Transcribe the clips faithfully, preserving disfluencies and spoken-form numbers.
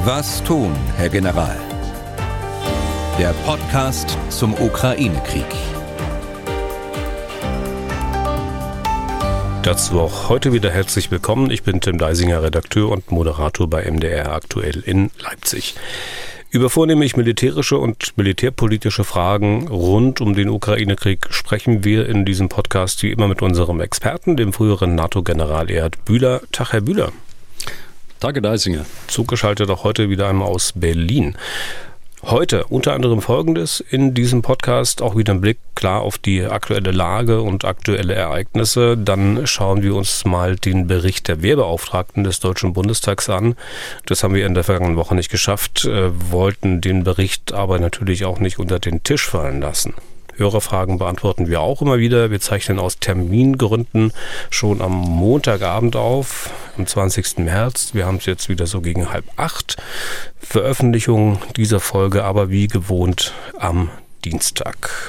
Was tun, Herr General? Der Podcast zum Ukraine-Krieg. Dazu auch heute wieder herzlich willkommen. Ich bin Tim Deisinger, Redakteur und Moderator bei M D R aktuell in Leipzig. Über vornehmlich militärische und militärpolitische Fragen rund um den Ukraine-Krieg sprechen wir in diesem Podcast wie immer mit unserem Experten, dem früheren NATO-General Erhard Bühler. Tag, Herr Bühler. Tag, Herr Deisinger. Zugeschaltet auch heute wieder einmal aus Berlin. Heute unter anderem Folgendes in diesem Podcast, auch wieder ein Blick klar auf die aktuelle Lage und aktuelle Ereignisse. Dann schauen wir uns mal den Bericht der Wehrbeauftragten des Deutschen Bundestags an. Das haben wir in der vergangenen Woche nicht geschafft, äh, wollten den Bericht aber natürlich auch nicht unter den Tisch fallen lassen. Hörerfragen beantworten wir auch immer wieder. Wir zeichnen aus Termingründen schon am Montagabend auf, am zwanzigsten März. Wir haben es jetzt wieder so gegen halb acht. Veröffentlichung dieser Folge aber wie gewohnt am Dienstag.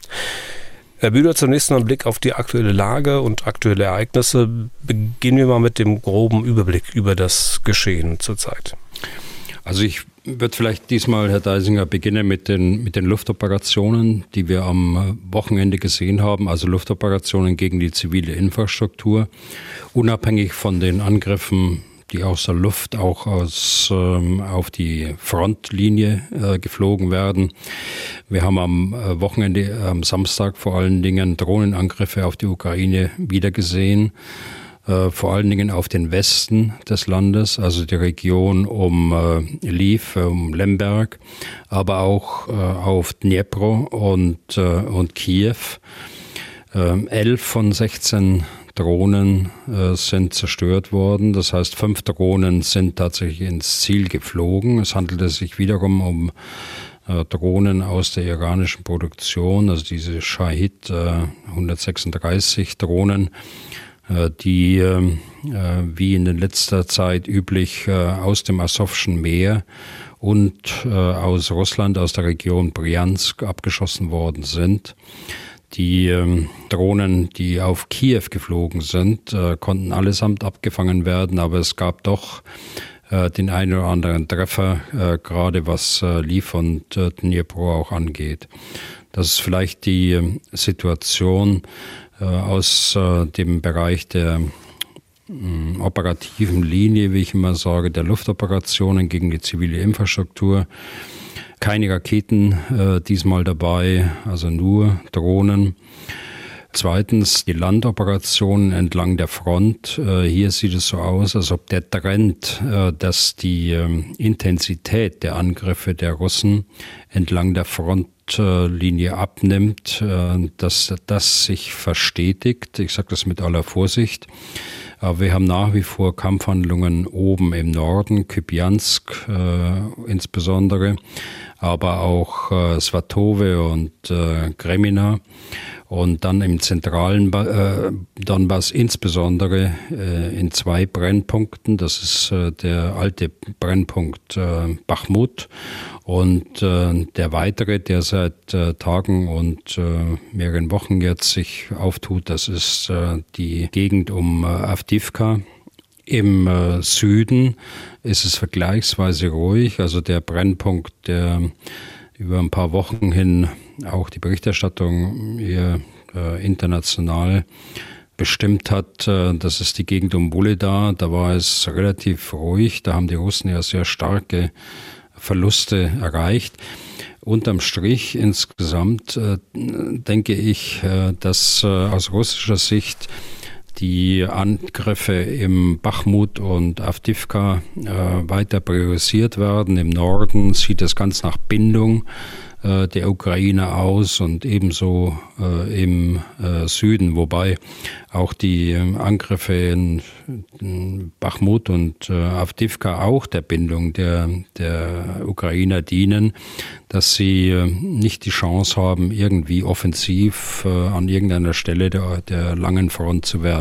Herr Bühler, zunächst mal ein Blick auf die aktuelle Lage und aktuelle Ereignisse. Beginnen wir mal mit dem groben Überblick über das Geschehen zurzeit. Also ich würde vielleicht diesmal, Herr Deisinger, beginnen mit den, mit den Luftoperationen, die wir am Wochenende gesehen haben, also Luftoperationen gegen die zivile Infrastruktur, unabhängig von den Angriffen, die aus der Luft auch aus, ähm, auf die Frontlinie äh, geflogen werden. Wir haben am äh, Wochenende, am Samstag vor allen Dingen Drohnenangriffe auf die Ukraine wieder gesehen. Äh, vor allen Dingen auf den Westen des Landes, also die Region um äh, Lviv, um Lemberg, aber auch äh, auf Dnipro und, äh, und Kiew. Äh, elf von sechzehn Drohnen äh, sind zerstört worden. Das heißt, fünf Drohnen sind tatsächlich ins Ziel geflogen. Es handelte sich wiederum um äh, Drohnen aus der iranischen Produktion, also diese Shahid äh, hundertsechsunddreißig Drohnen, die äh, wie in letzter Zeit üblich äh, aus dem Asowschen Meer und äh, aus Russland, aus der Region Bryansk abgeschossen worden sind. Die äh, Drohnen, die auf Kiew geflogen sind, äh, konnten allesamt abgefangen werden, aber es gab doch äh, den einen oder anderen Treffer, äh, gerade was äh, Lviv und äh, Dnipro auch angeht. Das ist vielleicht die äh, Situation aus äh, dem Bereich der äh, operativen Linie, wie ich immer sage, der Luftoperationen gegen die zivile Infrastruktur. Keine Raketen äh, diesmal dabei, also nur Drohnen. Zweitens die Landoperationen entlang der Front. Äh, hier sieht es so aus, als ob der Trend, äh, dass die äh, Intensität der Angriffe der Russen entlang der Front Linie abnimmt, dass das sich verstetigt. Ich sage das mit aller Vorsicht. Aber wir haben nach wie vor Kampfhandlungen oben im Norden, Kupiansk äh, insbesondere, aber auch äh, Svatove und äh, Gremina. Und dann im zentralen äh, Donbass insbesondere äh, in zwei Brennpunkten. Das ist äh, der alte Brennpunkt äh, Bachmut und äh, der weitere, der seit äh, Tagen und äh, mehreren Wochen jetzt sich auftut, das ist äh, die Gegend um äh, Avdiivka. Im äh, Süden ist es vergleichsweise ruhig. Also der Brennpunkt, der über ein paar Wochen hin auch die Berichterstattung hier äh, international bestimmt hat, äh, das ist die Gegend um Wuhledar. Da war es relativ ruhig. Da haben die Russen ja sehr starke Verluste erreicht. Unterm Strich insgesamt äh, denke ich, äh, dass äh, aus russischer Sicht die Angriffe im Bachmut und Avdiivka äh, weiter priorisiert werden. Im Norden sieht es ganz nach Bindung äh, der Ukrainer aus und ebenso äh, im äh, Süden, wobei auch die äh, Angriffe in, in Bachmut und äh, Avdiivka auch der Bindung der, der Ukrainer dienen, dass sie äh, nicht die Chance haben, irgendwie offensiv äh, an irgendeiner Stelle der, der langen Front zu werden.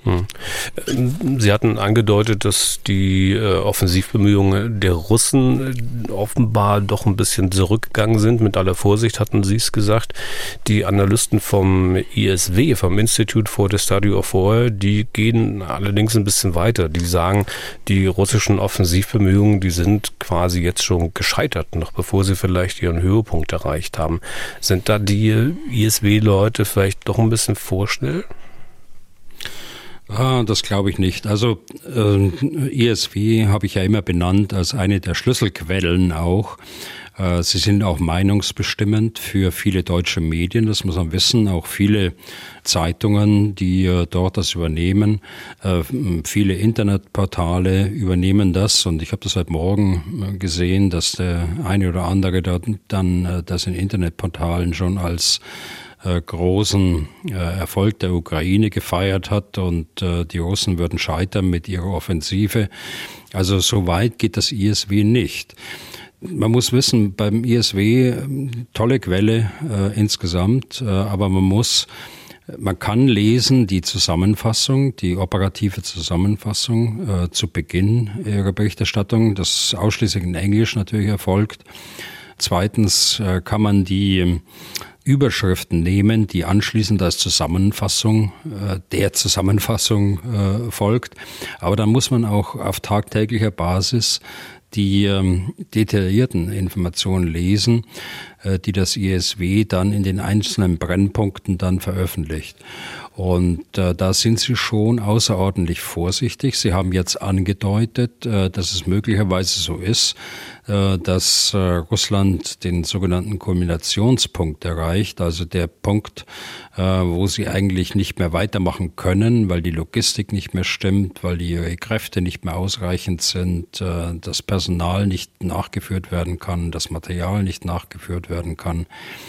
Sie hatten angedeutet, dass die äh, Offensivbemühungen der Russen äh, offenbar doch ein bisschen zurückgegangen sind. Mit aller Vorsicht hatten Sie es gesagt. Die Analysten vom I S W, vom Institute for the Study of War, die gehen allerdings ein bisschen weiter. Die sagen, die russischen Offensivbemühungen, die sind quasi jetzt schon gescheitert, noch bevor sie vielleicht ihren Höhepunkt erreicht haben. Sind da die I S W-Leute vielleicht doch ein bisschen vorschnell? Ah, das glaube ich nicht. Also äh, I S W habe ich ja immer benannt als eine der Schlüsselquellen auch. Äh, sie sind auch meinungsbestimmend für viele deutsche Medien, das muss man wissen. Auch viele Zeitungen, die äh, dort das übernehmen. Äh, viele Internetportale übernehmen das. Und ich habe das heute Morgen gesehen, dass der eine oder andere da, dann äh, das in Internetportalen schon als Äh, großen äh, Erfolg der Ukraine gefeiert hat und äh, die Russen würden scheitern mit ihrer Offensive. Also so weit geht das I S W nicht. Man muss wissen, beim I S W äh, tolle Quelle äh, insgesamt, äh, aber man muss Man kann lesen die Zusammenfassung, die operative Zusammenfassung äh, zu Beginn ihrer Berichterstattung, das ausschließlich in Englisch natürlich erfolgt. Zweitens äh, kann man die äh, Überschriften nehmen, die anschließend als Zusammenfassung äh, der Zusammenfassung äh, folgt. Aber dann muss man auch auf tagtäglicher Basis die ähm, detaillierten Informationen lesen, äh, die das I S W dann in den einzelnen Brennpunkten dann veröffentlicht. Und äh, da sind sie schon außerordentlich vorsichtig. Sie haben jetzt angedeutet, äh, dass es möglicherweise so ist, äh, dass äh, Russland den sogenannten Kulminationspunkt erreicht, also der Punkt, äh, wo sie eigentlich nicht mehr weitermachen können, weil die Logistik nicht mehr stimmt, weil ihre Kräfte nicht mehr ausreichend sind, äh, das Personal nicht nachgeführt werden kann, das Material nicht nachgeführt werden kann.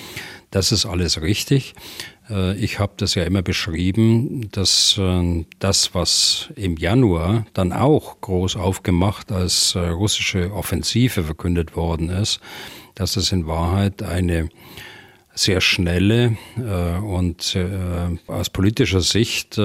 Das ist alles richtig. Ich habe das ja immer beschrieben, dass das, was im Januar dann auch groß aufgemacht als russische Offensive verkündet worden ist, dass es in Wahrheit eine sehr schnelle und aus politischer Sicht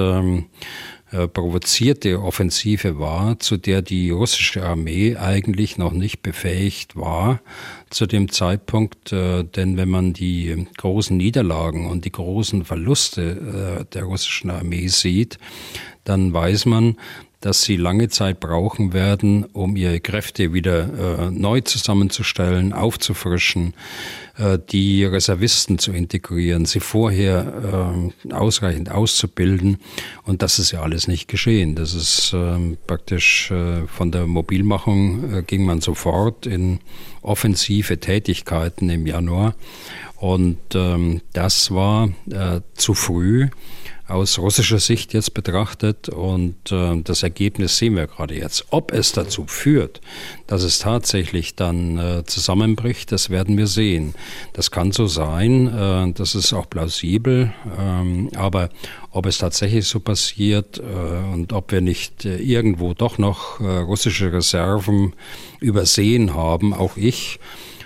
provozierte Offensive war, zu der die russische Armee eigentlich noch nicht befähigt war zu dem Zeitpunkt. Denn wenn man die großen Niederlagen und die großen Verluste der russischen Armee sieht, dann weiß man, dass sie lange Zeit brauchen werden, um ihre Kräfte wieder äh, neu zusammenzustellen, aufzufrischen, äh, die Reservisten zu integrieren, sie vorher äh, ausreichend auszubilden. Und das ist ja alles nicht geschehen. Das ist äh, praktisch äh, von der Mobilmachung äh, ging man sofort in offensive Tätigkeiten im Januar. Und ähm, das war äh, zu früh aus russischer Sicht jetzt betrachtet und äh, das Ergebnis sehen wir gerade jetzt. Ob es dazu führt, dass es tatsächlich dann äh, zusammenbricht, das werden wir sehen. Das kann so sein, äh, das ist auch plausibel, ähm, aber ob es tatsächlich so passiert äh, und ob wir nicht äh, irgendwo doch noch äh, russische Reserven übersehen haben, auch ich,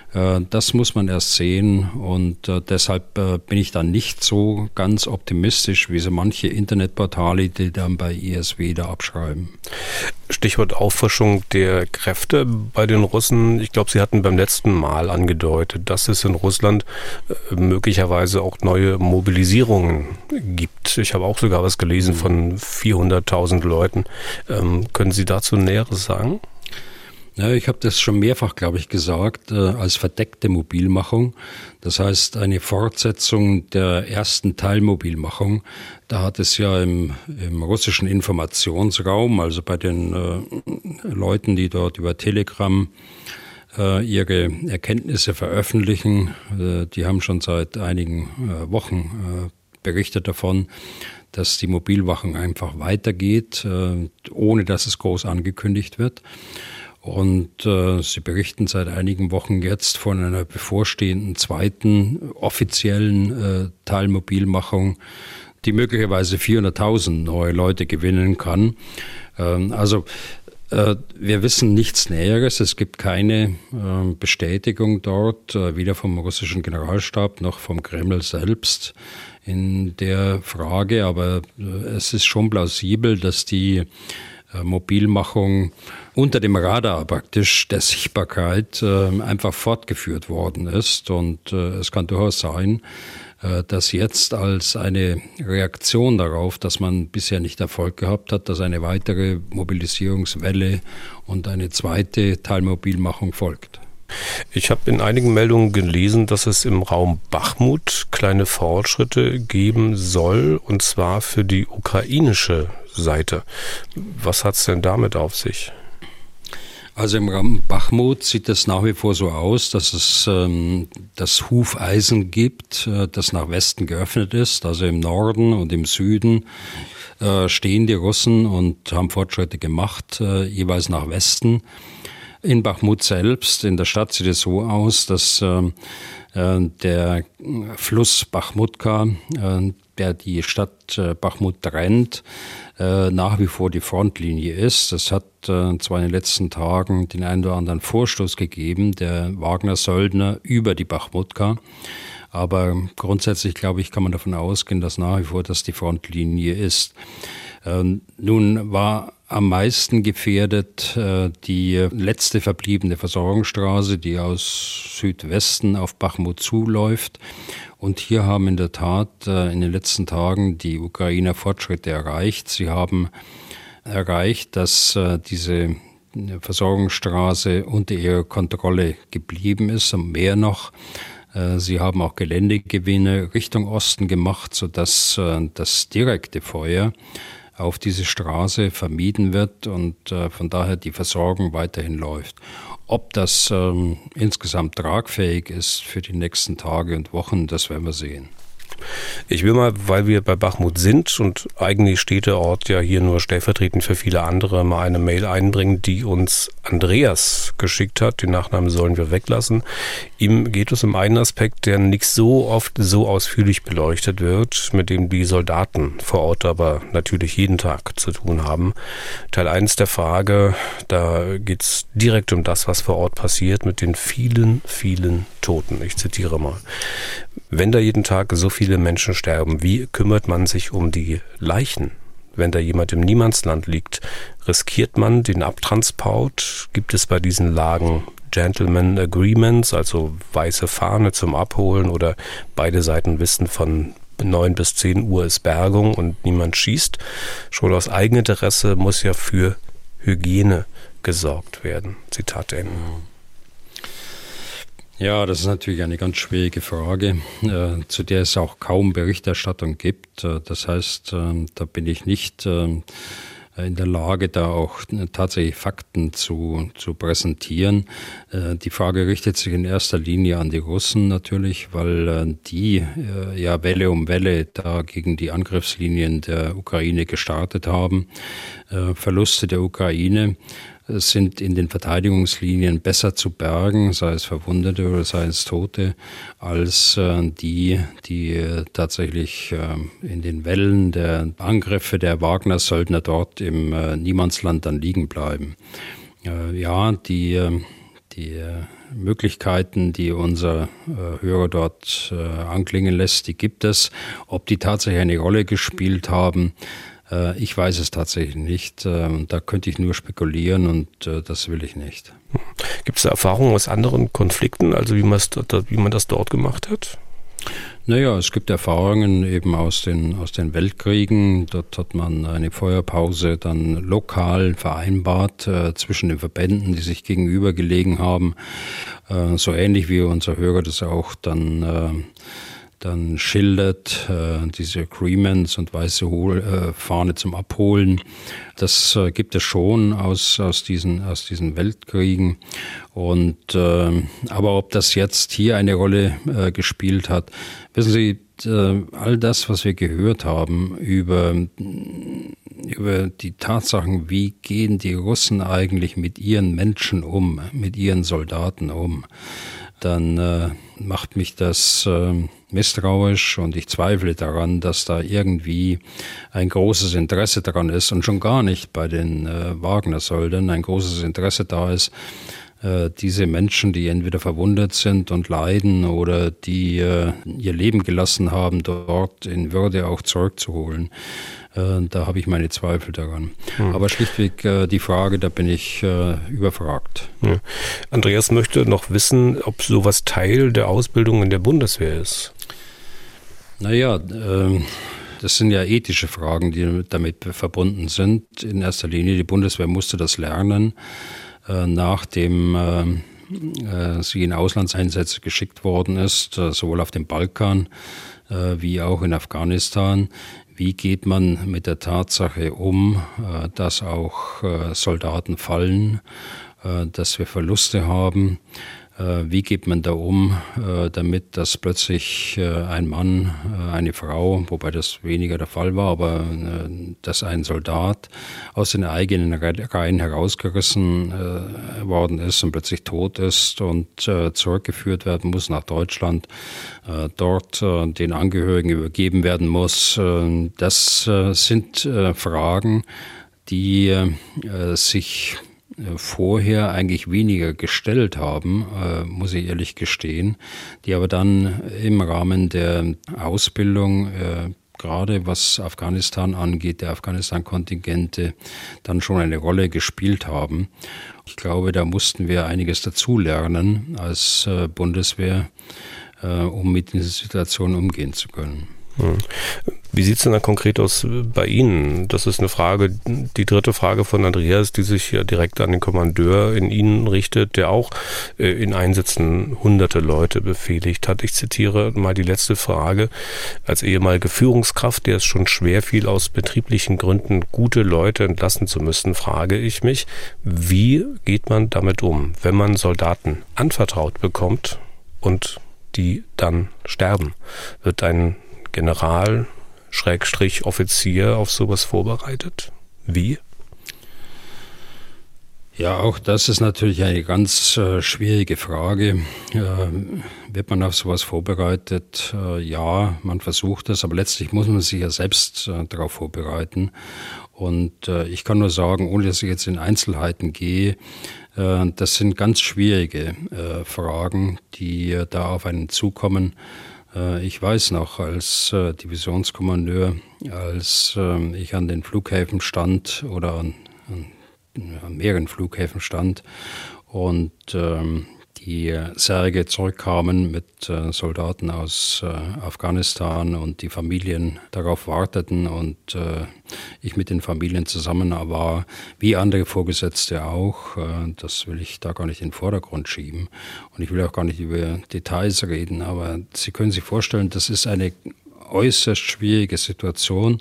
das muss man erst sehen und äh, deshalb äh, bin ich dann nicht so ganz optimistisch, wie so manche Internetportale, die dann bei I S W da abschreiben. Stichwort Auffrischung der Kräfte bei den Russen. Ich glaube, Sie hatten beim letzten Mal angedeutet, dass es in Russland äh, möglicherweise auch neue Mobilisierungen gibt. Ich habe auch sogar was gelesen von vierhunderttausend Leuten. Ähm, können Sie dazu Näheres sagen? Ja, ich habe das schon mehrfach, glaube ich, gesagt, äh, als verdeckte Mobilmachung. Das heißt, eine Fortsetzung der ersten Teilmobilmachung. Da hat es ja im, im russischen Informationsraum, also bei den äh, Leuten, die dort über Telegram äh, ihre Erkenntnisse veröffentlichen, äh, die haben schon seit einigen äh, Wochen äh, berichtet davon, dass die Mobilmachung einfach weitergeht, äh, ohne dass es groß angekündigt wird. Und äh, sie berichten seit einigen Wochen jetzt von einer bevorstehenden zweiten offiziellen äh, Teilmobilmachung, die möglicherweise vierhunderttausend neue Leute gewinnen kann. Ähm, also Wir wissen nichts Näheres. Es gibt keine Bestätigung dort, weder vom russischen Generalstab noch vom Kreml selbst in der Frage. Aber es ist schon plausibel, dass die Mobilmachung unter dem Radar praktisch der Sichtbarkeit einfach fortgeführt worden ist. Und es kann durchaus sein, dass jetzt als eine Reaktion darauf, dass man bisher nicht Erfolg gehabt hat, dass eine weitere Mobilisierungswelle und eine zweite Teilmobilmachung folgt. Ich habe in einigen Meldungen gelesen, dass es im Raum Bachmut kleine Fortschritte geben soll, und zwar für die ukrainische Seite. Was hat es denn damit auf sich? Also im Raum Bachmut sieht es nach wie vor so aus, dass es ähm, das Hufeisen gibt, äh, das nach Westen geöffnet ist. Also im Norden und im Süden äh, stehen die Russen und haben Fortschritte gemacht, äh, jeweils nach Westen. In Bachmut selbst, in der Stadt, sieht es so aus, dass äh, der Fluss Bachmutka, äh, der die Stadt äh, Bachmut trennt, äh, nach wie vor die Frontlinie ist. Es hat äh, zwar in den letzten Tagen den einen oder anderen Vorstoß gegeben, der Wagner-Söldner über die Bachmutka. Aber grundsätzlich, glaube ich, kann man davon ausgehen, dass nach wie vor das die Frontlinie ist. Äh, nun war am meisten gefährdet äh, die letzte verbliebene Versorgungsstraße, die aus Südwesten auf Bachmut zuläuft. Und hier haben in der Tat äh, in den letzten Tagen die Ukrainer Fortschritte erreicht. Sie haben erreicht, dass äh, diese Versorgungsstraße unter ihrer Kontrolle geblieben ist und mehr noch. Äh, sie haben auch Geländegewinne Richtung Osten gemacht, sodass äh, das direkte Feuer auf diese Straße vermieden wird und äh, von daher die Versorgung weiterhin läuft. Ob das ähm, insgesamt tragfähig ist für die nächsten Tage und Wochen, das werden wir sehen. Ich will mal, weil wir bei Bachmut sind und eigentlich steht der Ort ja hier nur stellvertretend für viele andere, mal eine Mail einbringen, die uns Andreas geschickt hat. Den Nachnamen sollen wir weglassen. Ihm geht es um einen Aspekt, der nicht so oft so ausführlich beleuchtet wird, mit dem die Soldaten vor Ort aber natürlich jeden Tag zu tun haben. Teil eins der Frage, da geht es direkt um das, was vor Ort passiert mit den vielen, vielen Toten. Ich zitiere mal. Wenn da jeden Tag so viele Menschen sterben, wie kümmert man sich um die Leichen? Wenn da jemand im Niemandsland liegt, riskiert man den Abtransport? Gibt es bei diesen Lagen Gentleman Agreements, also weiße Fahne zum Abholen, oder beide Seiten wissen, von neun bis zehn Uhr ist Bergung und niemand schießt? Schon aus Eigeninteresse muss ja für Hygiene gesorgt werden. Zitat Ende. Ja, das ist natürlich eine ganz schwierige Frage, äh, zu der es auch kaum Berichterstattung gibt. Äh, das heißt, äh, da bin ich nicht äh, in der Lage, da auch tatsächlich Fakten zu, zu präsentieren. Äh, die Frage richtet sich in erster Linie an die Russen natürlich, weil äh, die äh, ja Welle um Welle da gegen die Angriffslinien der Ukraine gestartet haben. Äh, Verluste der Ukraine sind in den Verteidigungslinien besser zu bergen, sei es Verwundete oder sei es Tote, als äh, die, die äh, tatsächlich äh, in den Wellen der Angriffe der Wagner-Söldner dort im äh, Niemandsland dann liegen bleiben. Äh, ja, die, äh, die äh, Möglichkeiten, die unser äh, Hörer dort äh, anklingen lässt, die gibt es. Ob die tatsächlich eine Rolle gespielt haben, ich weiß es tatsächlich nicht. Da könnte ich nur spekulieren und das will ich nicht. Gibt es da Erfahrungen aus anderen Konflikten, also wie man, wie man das dort gemacht hat? Naja, es gibt Erfahrungen eben aus den, aus den Weltkriegen. Dort hat man eine Feuerpause dann lokal vereinbart äh, zwischen den Verbänden, die sich gegenüber gelegen haben. Äh, so ähnlich wie unser Hörer das auch dann äh, dann schildert, äh, diese Agreements und weiße Hol- äh, Fahne zum Abholen. Das äh, gibt es schon aus, aus, diesen, aus diesen Weltkriegen. Und, äh, aber ob das jetzt hier eine Rolle äh, gespielt hat, wissen Sie, äh, all das, was wir gehört haben über, über die Tatsachen, wie gehen die Russen eigentlich mit ihren Menschen um, mit ihren Soldaten um, dann äh, macht mich das äh, misstrauisch und ich zweifle daran, dass da irgendwie ein großes Interesse daran ist und schon gar nicht bei den äh, Wagner-Söldern ein großes Interesse da ist, äh, diese Menschen, die entweder verwundet sind und leiden oder die äh, ihr Leben gelassen haben, dort in Würde auch zurückzuholen. Äh, da habe ich meine Zweifel daran. Hm. Aber schlichtweg äh, die Frage, da bin ich äh, überfragt. Ja. Andreas möchte noch wissen, ob sowas Teil der Ausbildung in der Bundeswehr ist. Naja, äh, das sind ja ethische Fragen, die damit verbunden sind. In erster Linie, die Bundeswehr musste das lernen, äh, nachdem äh, äh, sie in Auslandseinsätze geschickt worden ist, äh, sowohl auf dem Balkan äh, wie auch in Afghanistan. Wie geht man mit der Tatsache um, äh, dass auch äh, Soldaten fallen, äh, dass wir Verluste haben? Wie geht man da um, damit, dass plötzlich ein Mann, eine Frau, wobei das weniger der Fall war, aber dass ein Soldat aus den eigenen Reihen herausgerissen worden ist und plötzlich tot ist und zurückgeführt werden muss nach Deutschland, dort den Angehörigen übergeben werden muss. Das sind Fragen, die sich vorher eigentlich weniger gestellt haben, äh, muss ich ehrlich gestehen, die aber dann im Rahmen der Ausbildung, äh, gerade was Afghanistan angeht, der Afghanistan-Kontingente, dann schon eine Rolle gespielt haben. Ich glaube, da mussten wir einiges dazulernen als äh, Bundeswehr, äh, um mit dieser Situation umgehen zu können. Wie sieht es denn da konkret aus bei Ihnen? Das ist eine Frage, die dritte Frage von Andreas, die sich ja direkt an den Kommandeur in Ihnen richtet, der auch in Einsätzen hunderte Leute befehligt hat. Ich zitiere mal die letzte Frage. Als ehemalige Führungskraft, der es schon schwer fiel, aus betrieblichen Gründen gute Leute entlassen zu müssen, frage ich mich, wie geht man damit um, wenn man Soldaten anvertraut bekommt und die dann sterben? Wird ein General, Schrägstrich Offizier auf sowas vorbereitet? Wie? Ja, auch das ist natürlich eine ganz äh, schwierige Frage. Äh, wird man auf sowas vorbereitet? Äh, ja, man versucht es, aber letztlich muss man sich ja selbst äh, darauf vorbereiten. Und äh, ich kann nur sagen, ohne dass ich jetzt in Einzelheiten gehe, äh, das sind ganz schwierige äh, Fragen, die äh, da auf einen zukommen. Ich weiß noch, als äh, Divisionskommandeur, als äh, ich an den Flughäfen stand oder an, an, an mehreren Flughäfen stand und ähm, die Särge zurückkamen mit äh, Soldaten aus äh, Afghanistan und die Familien darauf warteten und äh, ich mit den Familien zusammen war, wie andere Vorgesetzte auch. Äh, das will ich da gar nicht in den Vordergrund schieben und ich will auch gar nicht über Details reden, aber Sie können sich vorstellen, das ist eine äußerst schwierige Situation,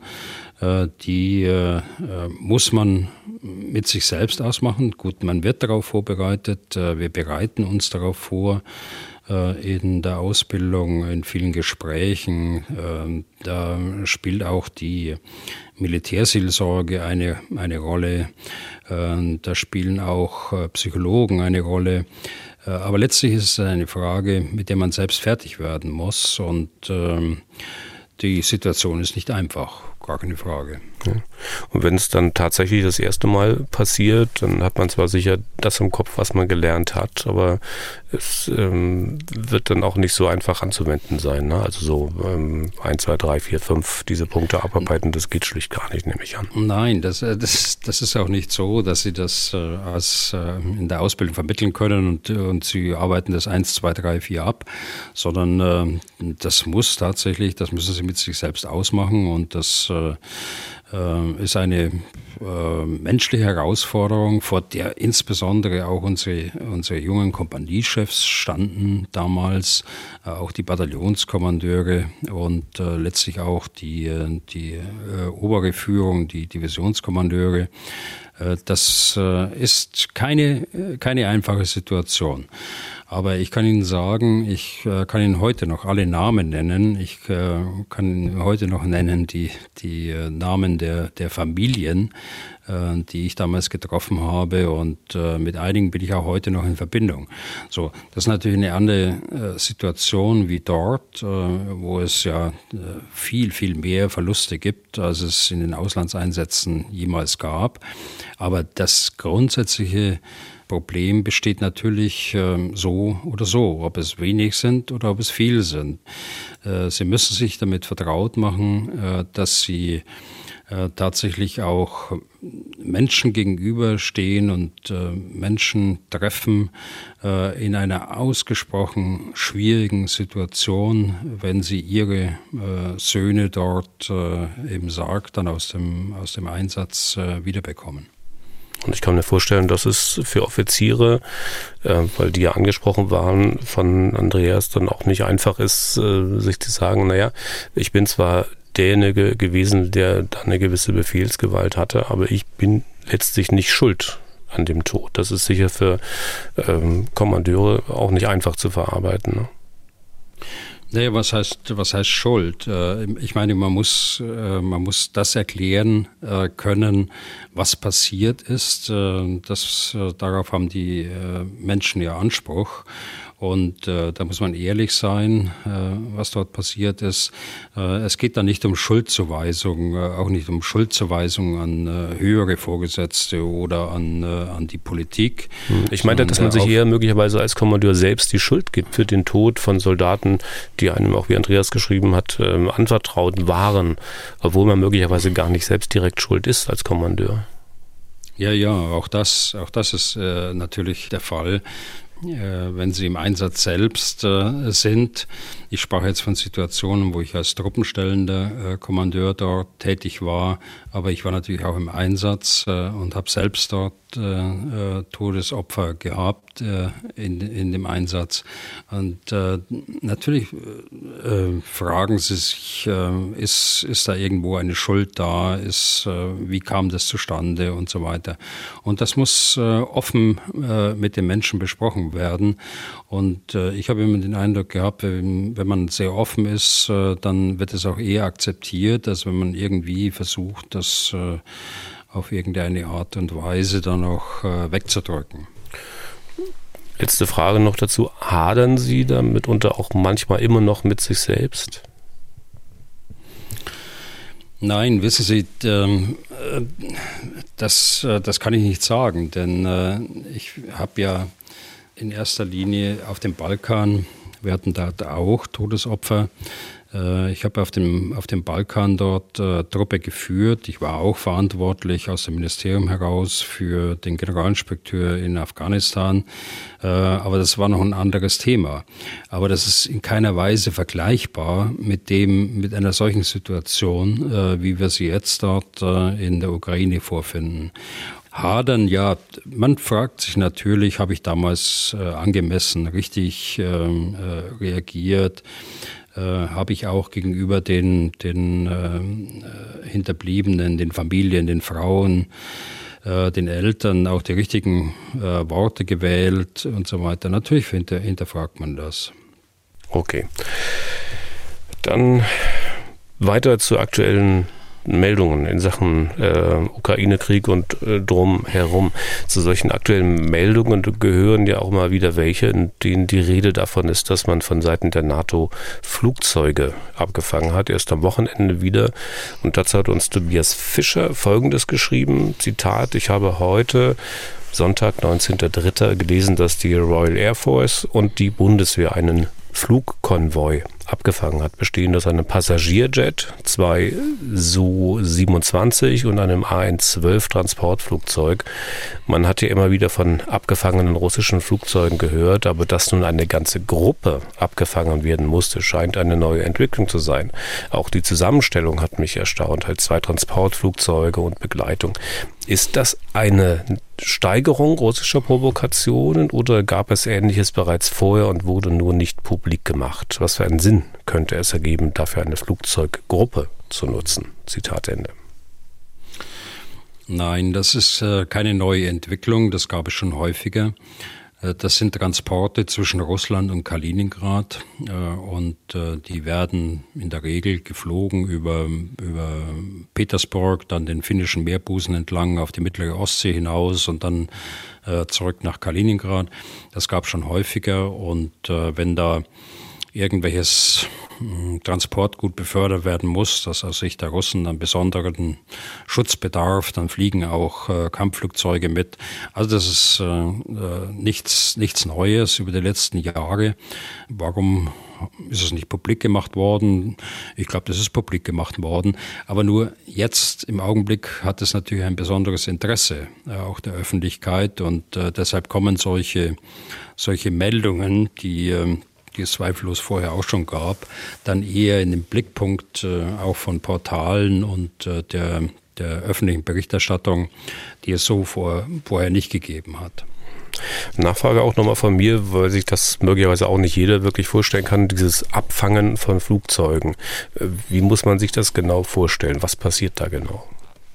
die äh, muss man mit sich selbst ausmachen. Gut, man wird darauf vorbereitet, äh, wir bereiten uns darauf vor äh, in der Ausbildung, in vielen Gesprächen. Äh, da spielt auch die Militärseelsorge eine, eine Rolle. Äh, da spielen auch äh, Psychologen eine Rolle. Äh, aber letztlich ist es eine Frage, mit der man selbst fertig werden muss. Und äh, die Situation ist nicht einfach. Gar keine Frage. Ja. Und wenn es dann tatsächlich das erste Mal passiert, dann hat man zwar sicher das im Kopf, was man gelernt hat, aber es ähm, wird dann auch nicht so einfach anzuwenden sein. Ne? Also so ähm, eins, zwei, drei, vier, fünf, diese Punkte abarbeiten, das geht schlicht gar nicht, nehme ich an. Nein, das, das, das ist auch nicht so, dass Sie das äh, als, äh, in der Ausbildung vermitteln können und, und Sie arbeiten das eins, zwei, drei, vier ab, sondern äh, das muss tatsächlich, das müssen Sie mit sich selbst ausmachen und das äh, ist eine äh, menschliche Herausforderung, vor der insbesondere auch unsere, unsere jungen Kompaniechefs standen damals, äh, auch die Bataillonskommandeure und äh, letztlich auch die, die äh, obere Führung, die Divisionskommandeure. Äh, das äh, ist keine, keine einfache Situation. Aber ich kann Ihnen sagen, ich äh, kann Ihnen heute noch alle Namen nennen. Ich äh, kann Ihnen heute noch nennen die, die äh, Namen der, der Familien, äh, die ich damals getroffen habe. Und äh, mit einigen bin ich auch heute noch in Verbindung. So, das ist natürlich eine andere äh, Situation wie dort, äh, wo es ja äh, viel, viel mehr Verluste gibt, als es in den Auslandseinsätzen jemals gab. Aber das grundsätzliche Problem besteht natürlich äh, so oder so, ob es wenig sind oder ob es viel sind. Äh, Sie müssen sich damit vertraut machen, äh, dass Sie äh, tatsächlich auch Menschen gegenüberstehen und äh, Menschen treffen äh, in einer ausgesprochen schwierigen Situation, wenn sie ihre äh, Söhne dort äh, im Sarg dann aus dem, aus dem Einsatz äh, wiederbekommen. Und ich kann mir vorstellen, dass es für Offiziere, äh, weil die ja angesprochen waren von Andreas, dann auch nicht einfach ist, äh, sich zu sagen, naja, ich bin zwar derjenige gewesen, der da eine gewisse Befehlsgewalt hatte, aber ich bin letztlich nicht schuld an dem Tod. Das ist sicher für ähm, Kommandeure auch nicht einfach zu verarbeiten, ne? Naja, was heißt, was heißt Schuld? Ich meine, man muss, man muss das erklären können, was passiert ist. Das, darauf haben die Menschen ja Anspruch. Und äh, da muss man ehrlich sein, äh, was dort passiert ist. Äh, es geht da nicht um Schuldzuweisung, äh, auch nicht um Schuldzuweisung an äh, höhere Vorgesetzte oder an, äh, an die Politik. Ich meinte, dass man sich eher möglicherweise als Kommandeur selbst die Schuld gibt für den Tod von Soldaten, die einem, auch wie Andreas geschrieben hat, äh, anvertraut waren, obwohl man möglicherweise gar nicht selbst direkt schuld ist als Kommandeur. Ja, ja, auch das, auch das ist äh, natürlich der Fall. Wenn Sie im Einsatz selbst äh, sind. Ich sprach jetzt von Situationen, wo ich als truppenstellender äh, Kommandeur dort tätig war, aber ich war natürlich auch im Einsatz äh, und habe selbst dort äh, äh, Todesopfer gehabt äh, in, in dem Einsatz. Und äh, natürlich äh, fragen Sie sich, äh, ist, ist da irgendwo eine Schuld da? Ist, äh, wie kam das zustande und so weiter? Und das muss äh, offen äh, mit den Menschen besprochen werden. Und äh, ich habe immer den Eindruck gehabt, wenn, wenn man sehr offen ist, äh, dann wird es auch eher akzeptiert, als wenn man irgendwie versucht, das äh, auf irgendeine Art und Weise dann auch äh, wegzudrücken. Letzte Frage noch dazu. Hadern Sie da mitunter auch manchmal immer noch mit sich selbst? Nein, wissen Sie, ähm, das, das kann ich nicht sagen, denn äh, ich habe ja in erster Linie auf dem Balkan, wir hatten da auch Todesopfer. Ich habe auf dem, auf dem Balkan dort äh, Truppe geführt. Ich war auch verantwortlich aus dem Ministerium heraus für den Generalinspekteur in Afghanistan. Äh, aber das war noch ein anderes Thema. Aber das ist in keiner Weise vergleichbar mit dem, mit einer solchen Situation, äh, wie wir sie jetzt dort äh, in der Ukraine vorfinden. Hadern, ja, man fragt sich natürlich, habe ich damals äh, angemessen richtig ähm, äh, reagiert? Äh, habe ich auch gegenüber den, den äh, Hinterbliebenen, den Familien, den Frauen, äh, den Eltern auch die richtigen äh, Worte gewählt und so weiter. Natürlich hinter, hinterfragt man das. Okay. Dann weiter zu aktuellen Meldungen in Sachen äh, Ukraine-Krieg und äh, drumherum. Zu solchen aktuellen Meldungen gehören ja auch mal wieder welche, in denen die Rede davon ist, dass man von Seiten der NATO Flugzeuge abgefangen hat, erst am Wochenende wieder. Und dazu hat uns Tobias Fischer Folgendes geschrieben, Zitat, ich habe heute Sonntag, neunzehnter dritter gelesen, dass die Royal Air Force und die Bundeswehr einen Flugkonvoi abgefangen hat, bestehend aus einem Passagierjet, zwei S U siebenundzwanzig und einem A N zwölf Transportflugzeug. Man hat ja immer wieder von abgefangenen russischen Flugzeugen gehört, aber dass nun eine ganze Gruppe abgefangen werden musste, scheint eine neue Entwicklung zu sein. Auch die Zusammenstellung hat mich erstaunt, halt zwei Transportflugzeuge und Begleitung. Ist das eine Steigerung russischer Provokationen oder gab es Ähnliches bereits vorher und wurde nur nicht publik gemacht? Was für einen Sinn könnte es ergeben, dafür eine Flugzeuggruppe zu nutzen? Zitat Ende. Nein, das ist äh, keine neue Entwicklung, das gab es schon häufiger. Das sind Transporte zwischen Russland und Kaliningrad und die werden in der Regel geflogen über, über Petersburg, dann den finnischen Meerbusen entlang auf die mittlere Ostsee hinaus und dann zurück nach Kaliningrad. Das gab es schon häufiger und wenn da irgendwelches Transportgut befördert werden muss, das aus Sicht der Russen einen besonderen Schutz bedarf, dann fliegen auch äh, Kampfflugzeuge mit. Also das ist äh, nichts, nichts Neues über die letzten Jahre. Warum ist es nicht publik gemacht worden? Ich glaube, das ist publik gemacht worden. Aber nur jetzt im Augenblick hat es natürlich ein besonderes Interesse, äh, auch der Öffentlichkeit. Und äh, deshalb kommen solche, solche Meldungen, die äh, die es zweifellos vorher auch schon gab, dann eher in den Blickpunkt äh, auch von Portalen und äh, der, der öffentlichen Berichterstattung, die es so vor, vorher nicht gegeben hat. Nachfrage auch nochmal von mir, weil sich das möglicherweise auch nicht jeder wirklich vorstellen kann, dieses Abfangen von Flugzeugen. Wie muss man sich das genau vorstellen? Was passiert da genau?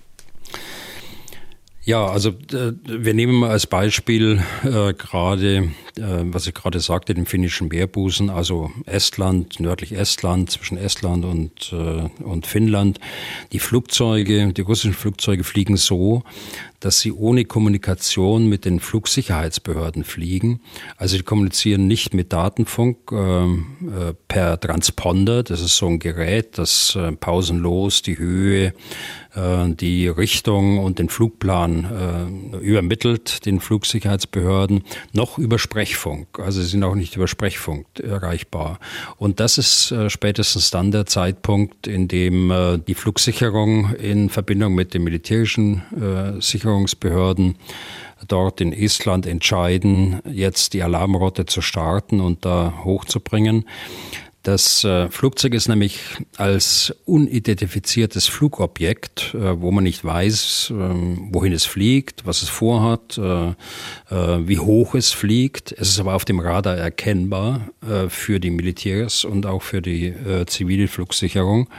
Ja, also äh, wir nehmen mal als Beispiel äh, gerade, äh, was ich gerade sagte, den finnischen Meerbusen, also Estland, nördlich Estland, zwischen Estland und, äh, und Finnland. Die Flugzeuge, die russischen Flugzeuge fliegen so, dass sie ohne Kommunikation mit den Flugsicherheitsbehörden fliegen. Also die kommunizieren nicht mit Datenfunk äh, äh, per Transponder. Das ist so ein Gerät, das äh, pausenlos die Höhe, äh, die Richtung und den Flugplan äh, übermittelt den Flugsicherheitsbehörden, noch über Sprechfunk. Also sie sind auch nicht über Sprechfunk erreichbar. Und das ist äh, spätestens dann der Zeitpunkt, in dem äh, die Flugsicherung in Verbindung mit den militärischen äh, Sicherungsbehörden dort in Estland entscheiden, jetzt die Alarmroute zu starten und da hochzubringen. Das äh, Flugzeug ist nämlich als unidentifiziertes Flugobjekt, äh, wo man nicht weiß, äh, wohin es fliegt, was es vorhat, äh, äh, wie hoch es fliegt. Es ist aber auf dem Radar erkennbar äh, für die Militärs und auch für die äh, zivile Flugsicherung.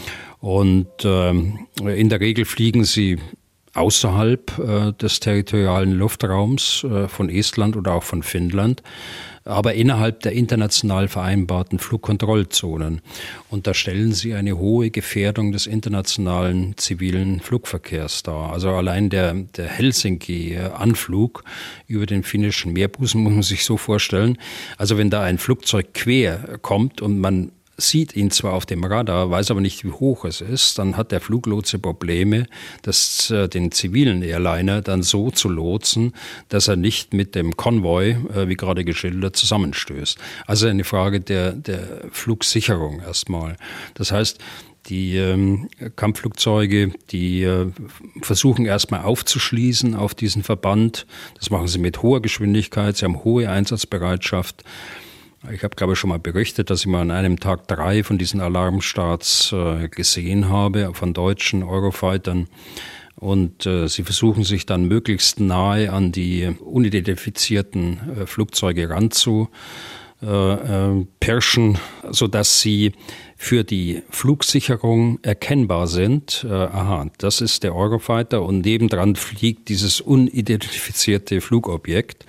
Und äh, in der Regel fliegen sie außerhalb äh, des territorialen Luftraums äh, von Estland oder auch von Finnland, aber innerhalb der international vereinbarten Flugkontrollzonen. Und da stellen sie eine hohe Gefährdung des internationalen zivilen Flugverkehrs dar. Also allein der, der Helsinki-Anflug über den finnischen Meerbusen muss man sich so vorstellen. Also wenn da ein Flugzeug quer kommt und man sieht ihn zwar auf dem Radar, weiß aber nicht, wie hoch es ist, dann hat der Fluglotse Probleme, das, äh, den zivilen Airliner dann so zu lotsen, dass er nicht mit dem Konvoi, äh, wie gerade geschildert, zusammenstößt. Also eine Frage der, der Flugsicherung erstmal. Das heißt, die ähm, Kampfflugzeuge, die äh, versuchen erstmal aufzuschließen auf diesen Verband. Das machen sie mit hoher Geschwindigkeit, sie haben hohe Einsatzbereitschaft. Ich habe, glaube ich, schon mal berichtet, dass ich mal an einem Tag drei von diesen Alarmstarts äh, gesehen habe, von deutschen Eurofightern. Und äh, sie versuchen sich dann möglichst nahe an die unidentifizierten äh, Flugzeuge ranzu äh, äh, pirschen, sodass sie für die Flugsicherung erkennbar sind. Äh, aha, das ist der Eurofighter und nebendran fliegt dieses unidentifizierte Flugobjekt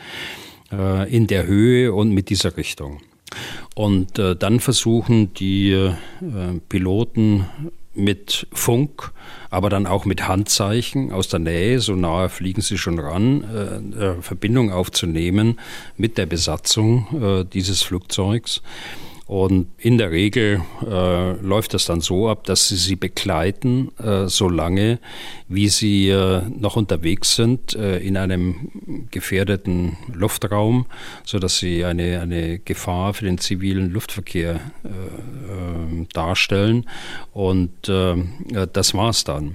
in der Höhe und mit dieser Richtung. Und äh, dann versuchen die äh, Piloten mit Funk, aber dann auch mit Handzeichen aus der Nähe, so nahe fliegen sie schon ran, äh, äh, Verbindung aufzunehmen mit der Besatzung äh, dieses Flugzeugs. Und in der Regel äh, läuft das dann so ab, dass sie sie begleiten, äh, so lange, wie sie äh, noch unterwegs sind äh, in einem gefährdeten Luftraum, sodass sie eine, eine Gefahr für den zivilen Luftverkehr äh, äh, darstellen. Und äh, das war's dann.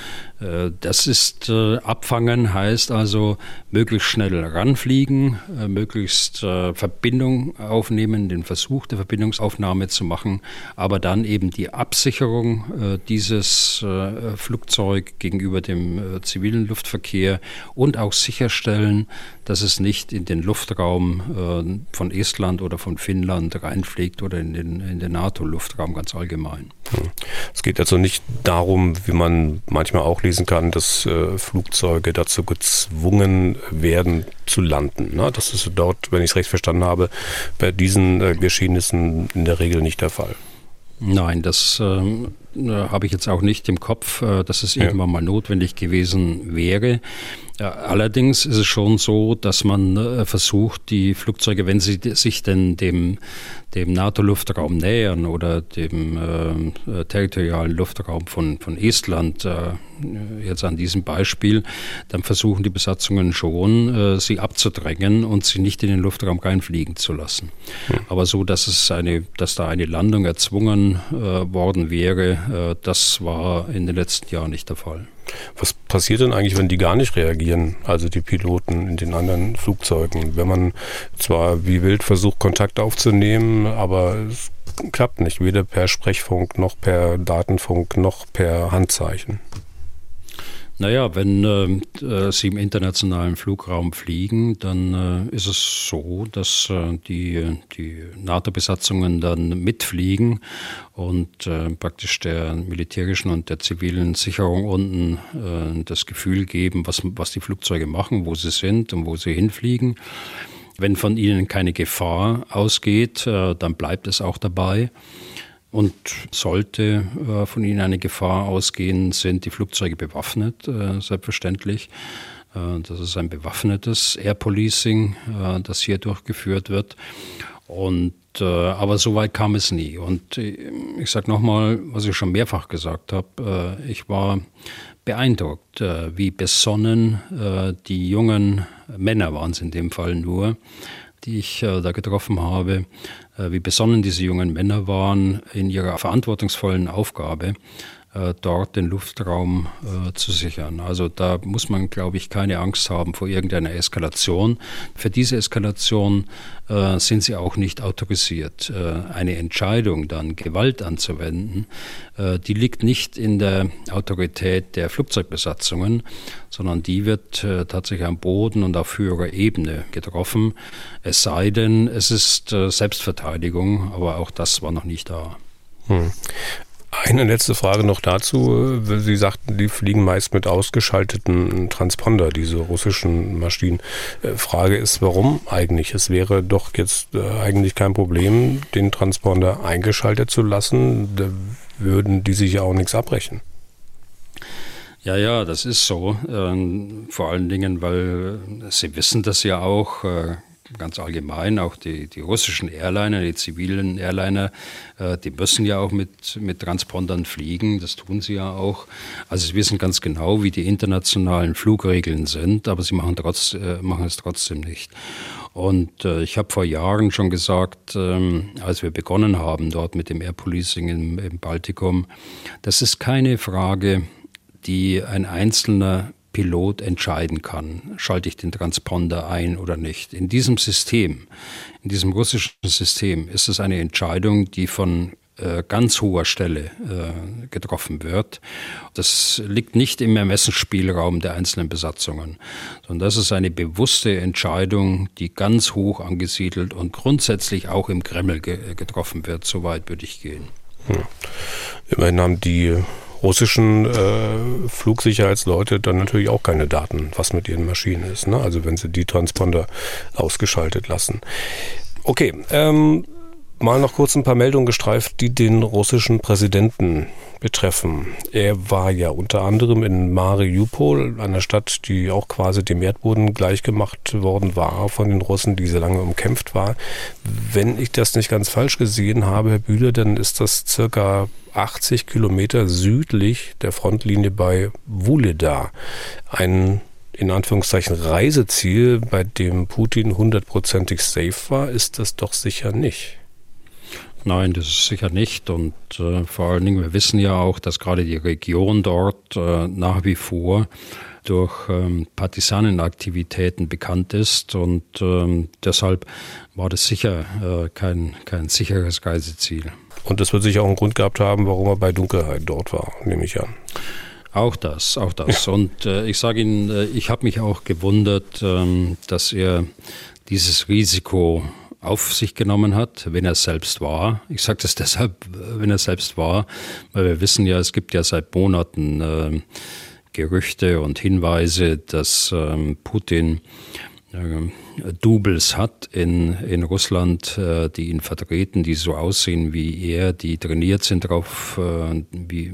Das ist, äh, abfangen heißt also möglichst schnell ranfliegen, äh, möglichst äh, Verbindung aufnehmen, den Versuch der Verbindungsaufnahme zu machen, aber dann eben die Absicherung äh, dieses äh, Flugzeug gegenüber dem äh, zivilen Luftverkehr und auch sicherstellen, dass es nicht in den Luftraum äh, von Estland oder von Finnland reinfliegt oder in den, in den NATO-Luftraum ganz allgemein. Es geht also nicht darum, wie man manchmal auch ausschließen kann, dass äh, Flugzeuge dazu gezwungen werden zu landen. Na, das ist dort, wenn ich es recht verstanden habe, bei diesen äh, Geschehnissen in der Regel nicht der Fall. Nein, das ähm, habe ich jetzt auch nicht im Kopf, äh, dass es ja. irgendwann mal notwendig gewesen wäre. Ja, allerdings ist es schon so, dass man äh, versucht, die Flugzeuge, wenn sie sich denn dem, dem NATO-Luftraum nähern oder dem äh, territorialen Luftraum von, von Estland, äh, jetzt an diesem Beispiel, dann versuchen die Besatzungen schon, äh, sie abzudrängen und sie nicht in den Luftraum reinfliegen zu lassen. Hm. Aber so, dass es eine, dass da eine Landung erzwungen äh, worden wäre, äh, das war in den letzten Jahren nicht der Fall. Was passiert denn eigentlich, wenn die gar nicht reagieren, also die Piloten in den anderen Flugzeugen? Wenn man zwar wie wild versucht, Kontakt aufzunehmen, aber es klappt nicht, weder per Sprechfunk noch per Datenfunk noch per Handzeichen. Naja, wenn äh, Sie im internationalen Flugraum fliegen, dann äh, ist es so, dass äh, die, die NATO-Besatzungen dann mitfliegen und äh, praktisch der militärischen und der zivilen Sicherung unten äh, das Gefühl geben, was, was die Flugzeuge machen, wo sie sind und wo sie hinfliegen. Wenn von ihnen keine Gefahr ausgeht, äh, dann bleibt es auch dabei. Und sollte äh, von ihnen eine Gefahr ausgehen, sind die Flugzeuge bewaffnet, äh, selbstverständlich. Äh, das ist ein bewaffnetes Air Policing, äh, das hier durchgeführt wird. Und, äh, aber so weit kam es nie. Und ich sage nochmal, was ich schon mehrfach gesagt habe, äh, ich war beeindruckt, äh, wie besonnen äh, die jungen Männer waren es in dem Fall nur, die ich äh, da getroffen habe, äh, wie besonnen diese jungen Männer waren in ihrer verantwortungsvollen Aufgabe, äh, dort den Luftraum äh, zu sichern. Also da muss man, glaube ich, keine Angst haben vor irgendeiner Eskalation. Für diese Eskalation äh, sind sie auch nicht autorisiert. Äh, eine Entscheidung, dann Gewalt anzuwenden, äh, die liegt nicht in der Autorität der Flugzeugbesatzungen, sondern die wird äh, tatsächlich am Boden und auf höherer Ebene getroffen. Es sei denn, es ist äh, Selbstverteidigung, aber auch das war noch nicht da. Hm. Eine letzte Frage noch dazu. Sie sagten, die fliegen meist mit ausgeschalteten Transponder, diese russischen Maschinen. Frage ist, warum eigentlich? Es wäre doch jetzt eigentlich kein Problem, den Transponder eingeschaltet zu lassen. Da würden die sich ja auch nichts abbrechen. Ja, ja, das ist so. Ähm, vor allen Dingen, weil Sie wissen das ja auch, äh, ganz allgemein, auch die, die russischen Airliner, die zivilen Airliner, äh, die müssen ja auch mit, mit Transpondern fliegen, das tun sie ja auch. Also sie wissen ganz genau, wie die internationalen Flugregeln sind, aber sie machen, trotz, äh, machen es trotzdem nicht. Und äh, ich habe vor Jahren schon gesagt, ähm, als wir begonnen haben dort mit dem Air Policing im, im Baltikum, das ist keine Frage, die ein einzelner Pilot entscheiden kann, schalte ich den Transponder ein oder nicht. In diesem System, in diesem russischen System ist es eine Entscheidung, die von äh, ganz hoher Stelle äh, getroffen wird. Das liegt nicht im Ermessensspielraum der einzelnen Besatzungen, sondern das ist eine bewusste Entscheidung, die ganz hoch angesiedelt und grundsätzlich auch im Kreml ge- getroffen wird. So weit würde ich gehen. Hm. Immerhin haben die russischen äh, Flugsicherheitsleute dann natürlich auch keine Daten, was mit ihren Maschinen ist, ne? Also wenn sie die Transponder ausgeschaltet lassen. Okay, ähm, mal noch kurz ein paar Meldungen gestreift, die den russischen Präsidenten betreffen. Er war ja unter anderem in Mariupol, einer Stadt, die auch quasi dem Erdboden gleichgemacht worden war von den Russen, die sehr lange umkämpft war. Wenn ich das nicht ganz falsch gesehen habe, Herr Bühler, dann ist das circa achtzig Kilometer südlich der Frontlinie bei Wuhledar. Ein, in Anführungszeichen, Reiseziel, bei dem Putin hundertprozentig safe war, ist das doch sicher nicht. Nein, das ist sicher nicht. Und äh, vor allen Dingen, wir wissen ja auch, dass gerade die Region dort äh, nach wie vor durch ähm, Partisanenaktivitäten bekannt ist. Und ähm, deshalb war das sicher äh, kein, kein sicheres Reiseziel. Und das wird sicher auch einen Grund gehabt haben, warum er bei Dunkelheit dort war, nehme ich an. Auch das, auch das. Ja. Und äh, ich sage Ihnen, äh, ich habe mich auch gewundert, ähm, dass er dieses Risiko auf sich genommen hat, wenn er es selbst war. Ich sage das deshalb, wenn er es selbst war, weil wir wissen ja, es gibt ja seit Monaten äh, Gerüchte und Hinweise, dass ähm, Putin äh, Doubles hat in, in Russland, äh, die ihn vertreten, die so aussehen wie er, die trainiert sind darauf, äh, wie,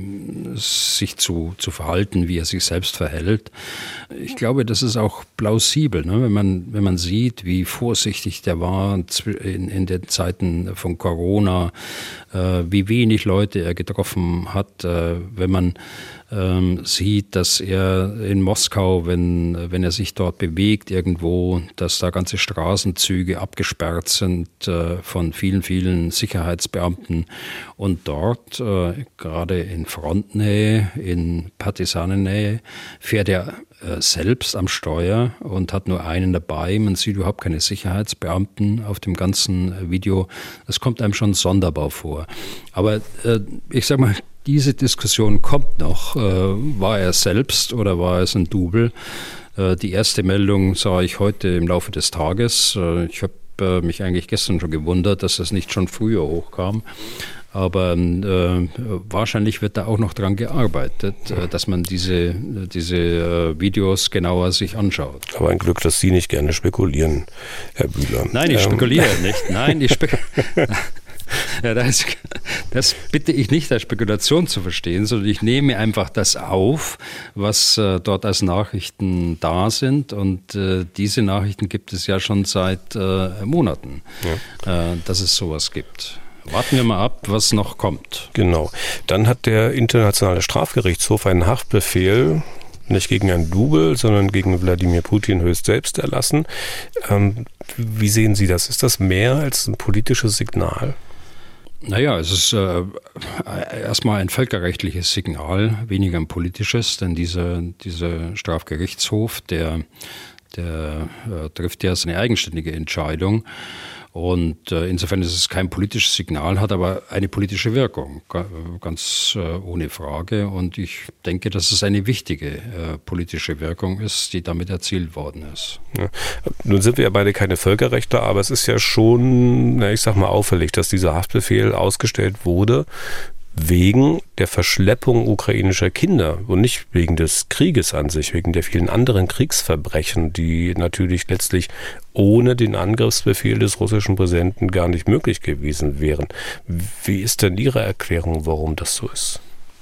sich zu, zu verhalten, wie er sich selbst verhält. Ich glaube, das ist auch plausibel, ne? wenn man, wenn man sieht, wie vorsichtig der war in, in den Zeiten von Corona, äh, wie wenig Leute er getroffen hat, äh, wenn man ähm, sieht, dass er in Moskau, wenn, wenn er sich dort bewegt irgendwo, dass da ganze Straßenzüge abgesperrt sind äh, von vielen, vielen Sicherheitsbeamten. Und dort, äh, gerade in Frontnähe, in Partisanennähe, fährt er äh, selbst am Steuer und hat nur einen dabei. Man sieht überhaupt keine Sicherheitsbeamten auf dem ganzen Video. Das kommt einem schon sonderbar vor. Aber äh, ich sag mal, diese Diskussion kommt noch. Äh, war er selbst oder war es ein Double? Äh, die erste Meldung sah ich heute im Laufe des Tages. Äh, ich habe äh, mich eigentlich gestern schon gewundert, dass das nicht schon früher hochkam. Aber äh, wahrscheinlich wird da auch noch dran gearbeitet, äh, dass man diese, diese äh, Videos genauer sich anschaut. Aber ein Glück, dass Sie nicht gerne spekulieren, Herr Bühler. Nein, ich ähm. spekuliere nicht. Nein, ich spekuliere. Ja, das, das bitte ich nicht als Spekulation zu verstehen, sondern ich nehme einfach das auf, was äh, dort als Nachrichten da sind. Und äh, diese Nachrichten gibt es ja schon seit äh, Monaten, ja. äh, dass es sowas gibt. Warten wir mal ab, was noch kommt. Genau. Dann hat der Internationale Strafgerichtshof einen Haftbefehl nicht gegen ein Double, sondern gegen Wladimir Putin höchst selbst erlassen. Ähm, wie sehen Sie das? Ist das mehr als ein politisches Signal? Naja, es ist äh, erstmal ein völkerrechtliches Signal, weniger ein politisches, denn dieser, dieser Strafgerichtshof, der, der äh, trifft ja seine eigenständige Entscheidung. Und äh, insofern ist es kein politisches Signal, hat aber eine politische Wirkung, ganz äh, ohne Frage. Und ich denke, dass es eine wichtige äh, politische Wirkung ist, die damit erzielt worden ist. Ja. Nun sind wir ja beide keine Völkerrechtler, aber es ist ja schon, na, ich sag mal, auffällig, dass dieser Haftbefehl ausgestellt wurde wegen der Verschleppung ukrainischer Kinder und nicht wegen des Krieges an sich, wegen der vielen anderen Kriegsverbrechen, die natürlich letztlich ohne den Angriffsbefehl des russischen Präsidenten gar nicht möglich gewesen wären. Wie ist denn Ihre Erklärung, warum das so ist?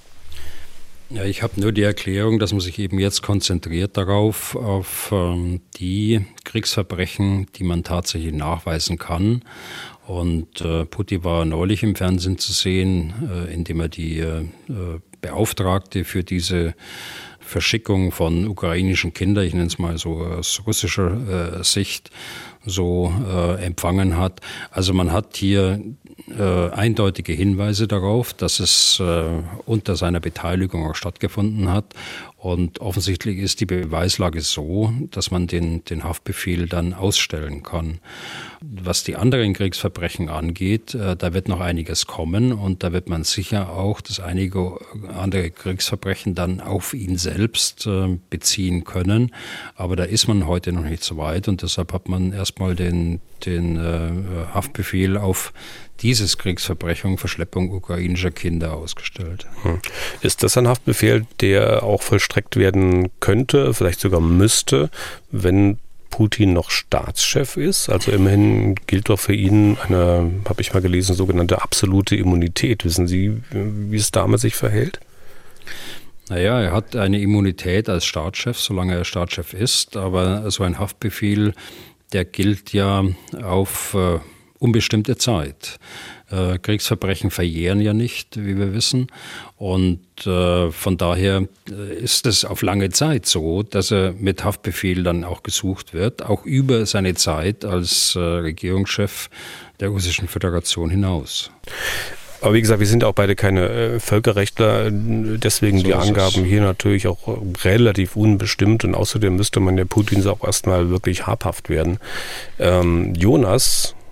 Ja, ich habe nur die Erklärung, dass man sich eben jetzt konzentriert darauf, auf ähm, die Kriegsverbrechen, die man tatsächlich nachweisen kann. Und äh, Putin war neulich im Fernsehen zu sehen, äh, indem er die äh, Beauftragte für diese Verschickung von ukrainischen Kindern, ich nenne es mal so aus russischer äh, Sicht, so äh, empfangen hat. Also man hat hier äh, eindeutige Hinweise darauf, dass es äh, unter seiner Beteiligung auch stattgefunden hat. Und offensichtlich ist die Beweislage so, dass man den, den Haftbefehl dann ausstellen kann. Was die anderen Kriegsverbrechen angeht, äh, da wird noch einiges kommen und da wird man sicher auch das einige andere Kriegsverbrechen dann auf ihn selbst äh, beziehen können. Aber da ist man heute noch nicht so weit und deshalb hat man erstmal den, den äh, Haftbefehl auf dieses Kriegsverbrechen, Verschleppung ukrainischer Kinder ausgestellt. Ist das ein Haftbefehl, der auch vollstreckt werden könnte, vielleicht sogar müsste, wenn Putin noch Staatschef ist? Also immerhin gilt doch für ihn eine, habe ich mal gelesen, sogenannte absolute Immunität. Wissen Sie, wie es damit sich verhält? Naja, er hat eine Immunität als Staatschef, solange er Staatschef ist, aber so ein Haftbefehl, der gilt ja auf äh, unbestimmte Zeit. Äh, Kriegsverbrechen verjähren ja nicht, wie wir wissen. Und äh, von daher ist es auf lange Zeit so, dass er mit Haftbefehl dann auch gesucht wird, auch über seine Zeit als äh, Regierungschef der Russischen Föderation hinaus. Aber wie gesagt, wir sind auch beide keine äh, Völkerrechtler, deswegen so die Angaben hier natürlich auch relativ unbestimmt und außerdem müsste man ja Putins auch erstmal wirklich habhaft werden. Ähm, Jonas,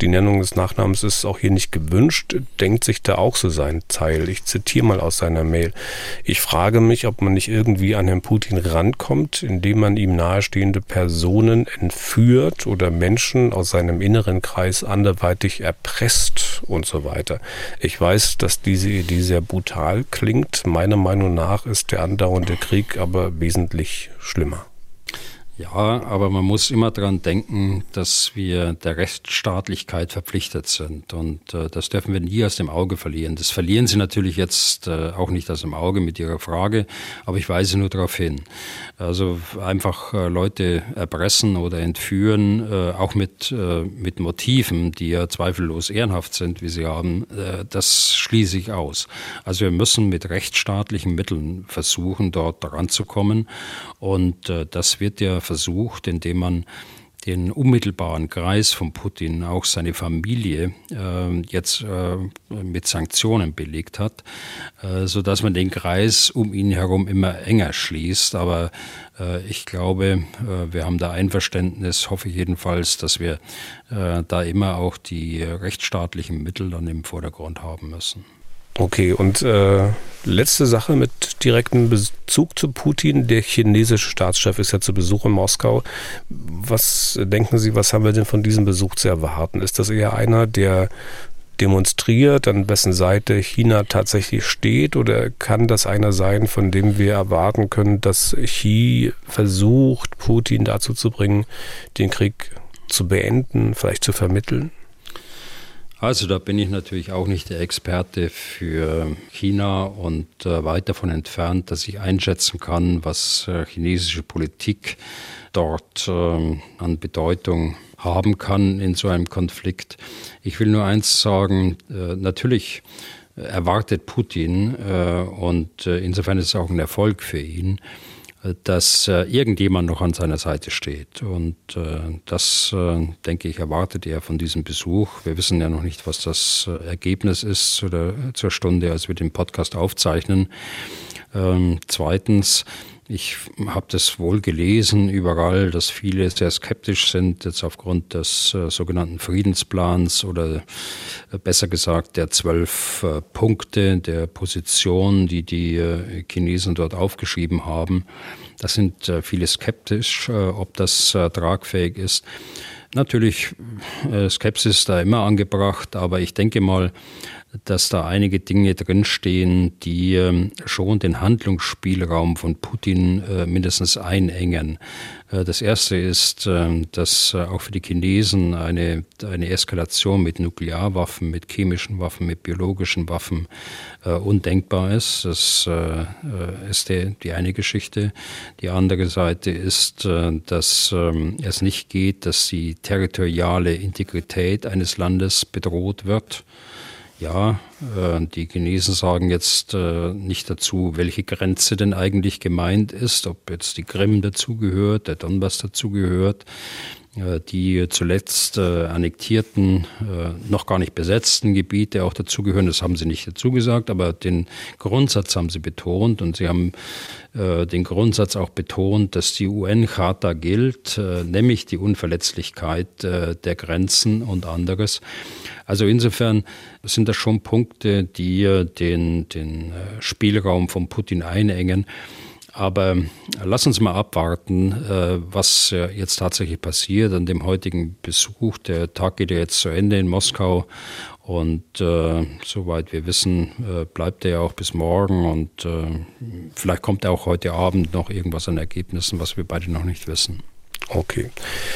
die Nennung des Nachnamens ist auch hier nicht gewünscht, denkt sich da auch so sein Teil. Ich zitiere mal aus seiner Mail. Ich frage mich, ob man nicht irgendwie an Herrn Putin rankommt, indem man ihm nahestehende Personen entführt oder Menschen aus seinem inneren Kreis anderweitig erpresst und so weiter. Ich weiß, dass diese Idee sehr brutal klingt. Meiner Meinung nach ist der andauernde Krieg aber wesentlich schlimmer. Ja, aber man muss immer daran denken, dass wir der Rechtsstaatlichkeit verpflichtet sind. Und äh, das dürfen wir nie aus dem Auge verlieren. Das verlieren Sie natürlich jetzt äh, auch nicht aus dem Auge mit Ihrer Frage, aber ich weise nur darauf hin. Also einfach äh, Leute erpressen oder entführen, äh, auch mit, äh, mit Motiven, die ja zweifellos ehrenhaft sind, wie Sie haben, äh, das schließe ich aus. Also wir müssen mit rechtsstaatlichen Mitteln versuchen, dort ranzukommen. Und äh, das wird ja versucht, indem man den unmittelbaren Kreis von Putin, auch seine Familie, äh, jetzt äh, mit Sanktionen belegt hat, äh, sodass man den Kreis um ihn herum immer enger schließt. Aber äh, ich glaube, äh, wir haben da Einverständnis, hoffe ich jedenfalls, dass wir äh, da immer auch die rechtsstaatlichen Mittel dann im Vordergrund haben müssen. Okay, und äh, letzte Sache mit direktem Bezug zu Putin. Der chinesische Staatschef ist ja zu Besuch in Moskau. Was denken Sie, was haben wir denn von diesem Besuch zu erwarten? Ist das eher einer, der demonstriert, an wessen Seite China tatsächlich steht? Oder kann das einer sein, von dem wir erwarten können, dass Xi versucht, Putin dazu zu bringen, den Krieg zu beenden, vielleicht zu vermitteln? Also da bin ich natürlich auch nicht der Experte für China und äh, weit davon entfernt, dass ich einschätzen kann, was äh, chinesische Politik dort äh, an Bedeutung haben kann in so einem Konflikt. Ich will nur eins sagen, äh, natürlich erwartet Putin, äh, und äh, insofern ist es auch ein Erfolg für ihn, dass äh, irgendjemand noch an seiner Seite steht. Und äh, das, äh, denke ich, erwartet er von diesem Besuch. Wir wissen ja noch nicht, was das äh, Ergebnis ist zu der, zur Stunde, als wir den Podcast aufzeichnen. Ähm, zweitens, ich habe das wohl gelesen überall, dass viele sehr skeptisch sind, jetzt aufgrund des äh, sogenannten Friedensplans oder äh, besser gesagt der zwölf äh, Punkte der Position, die die äh, Chinesen dort aufgeschrieben haben. Da sind äh, viele skeptisch, äh, ob das äh, tragfähig ist. Natürlich, äh, Skepsis ist da immer angebracht, aber ich denke mal, dass da einige Dinge drinstehen, die äh, schon den Handlungsspielraum von Putin äh, mindestens einengen. Äh, das erste ist, äh, dass äh, auch für die Chinesen eine, eine Eskalation mit Nuklearwaffen, mit chemischen Waffen, mit biologischen Waffen äh, undenkbar ist. Das äh, ist die, die eine Geschichte. Die andere Seite ist, äh, dass äh, es nicht geht, dass die territoriale Integrität eines Landes bedroht wird. Ja, äh, die Chinesen sagen jetzt äh, nicht dazu, welche Grenze denn eigentlich gemeint ist, ob jetzt die Krim dazugehört, der Donbass dazugehört, äh, die zuletzt äh, annektierten, äh, noch gar nicht besetzten Gebiete auch dazugehören. Das haben sie nicht dazu gesagt, aber den Grundsatz haben sie betont und sie haben äh, den Grundsatz auch betont, dass die U N-Charta gilt, äh, nämlich die Unverletzlichkeit äh, der Grenzen und anderes. Also insofern sind das schon Punkte, die den, den Spielraum von Putin einengen. Aber lass uns mal abwarten, was jetzt tatsächlich passiert an dem heutigen Besuch. Der Tag geht ja jetzt zu Ende in Moskau und äh, soweit wir wissen, äh, bleibt er ja auch bis morgen und äh, vielleicht kommt auch heute Abend noch irgendwas an Ergebnissen, was wir beide noch nicht wissen. Okay.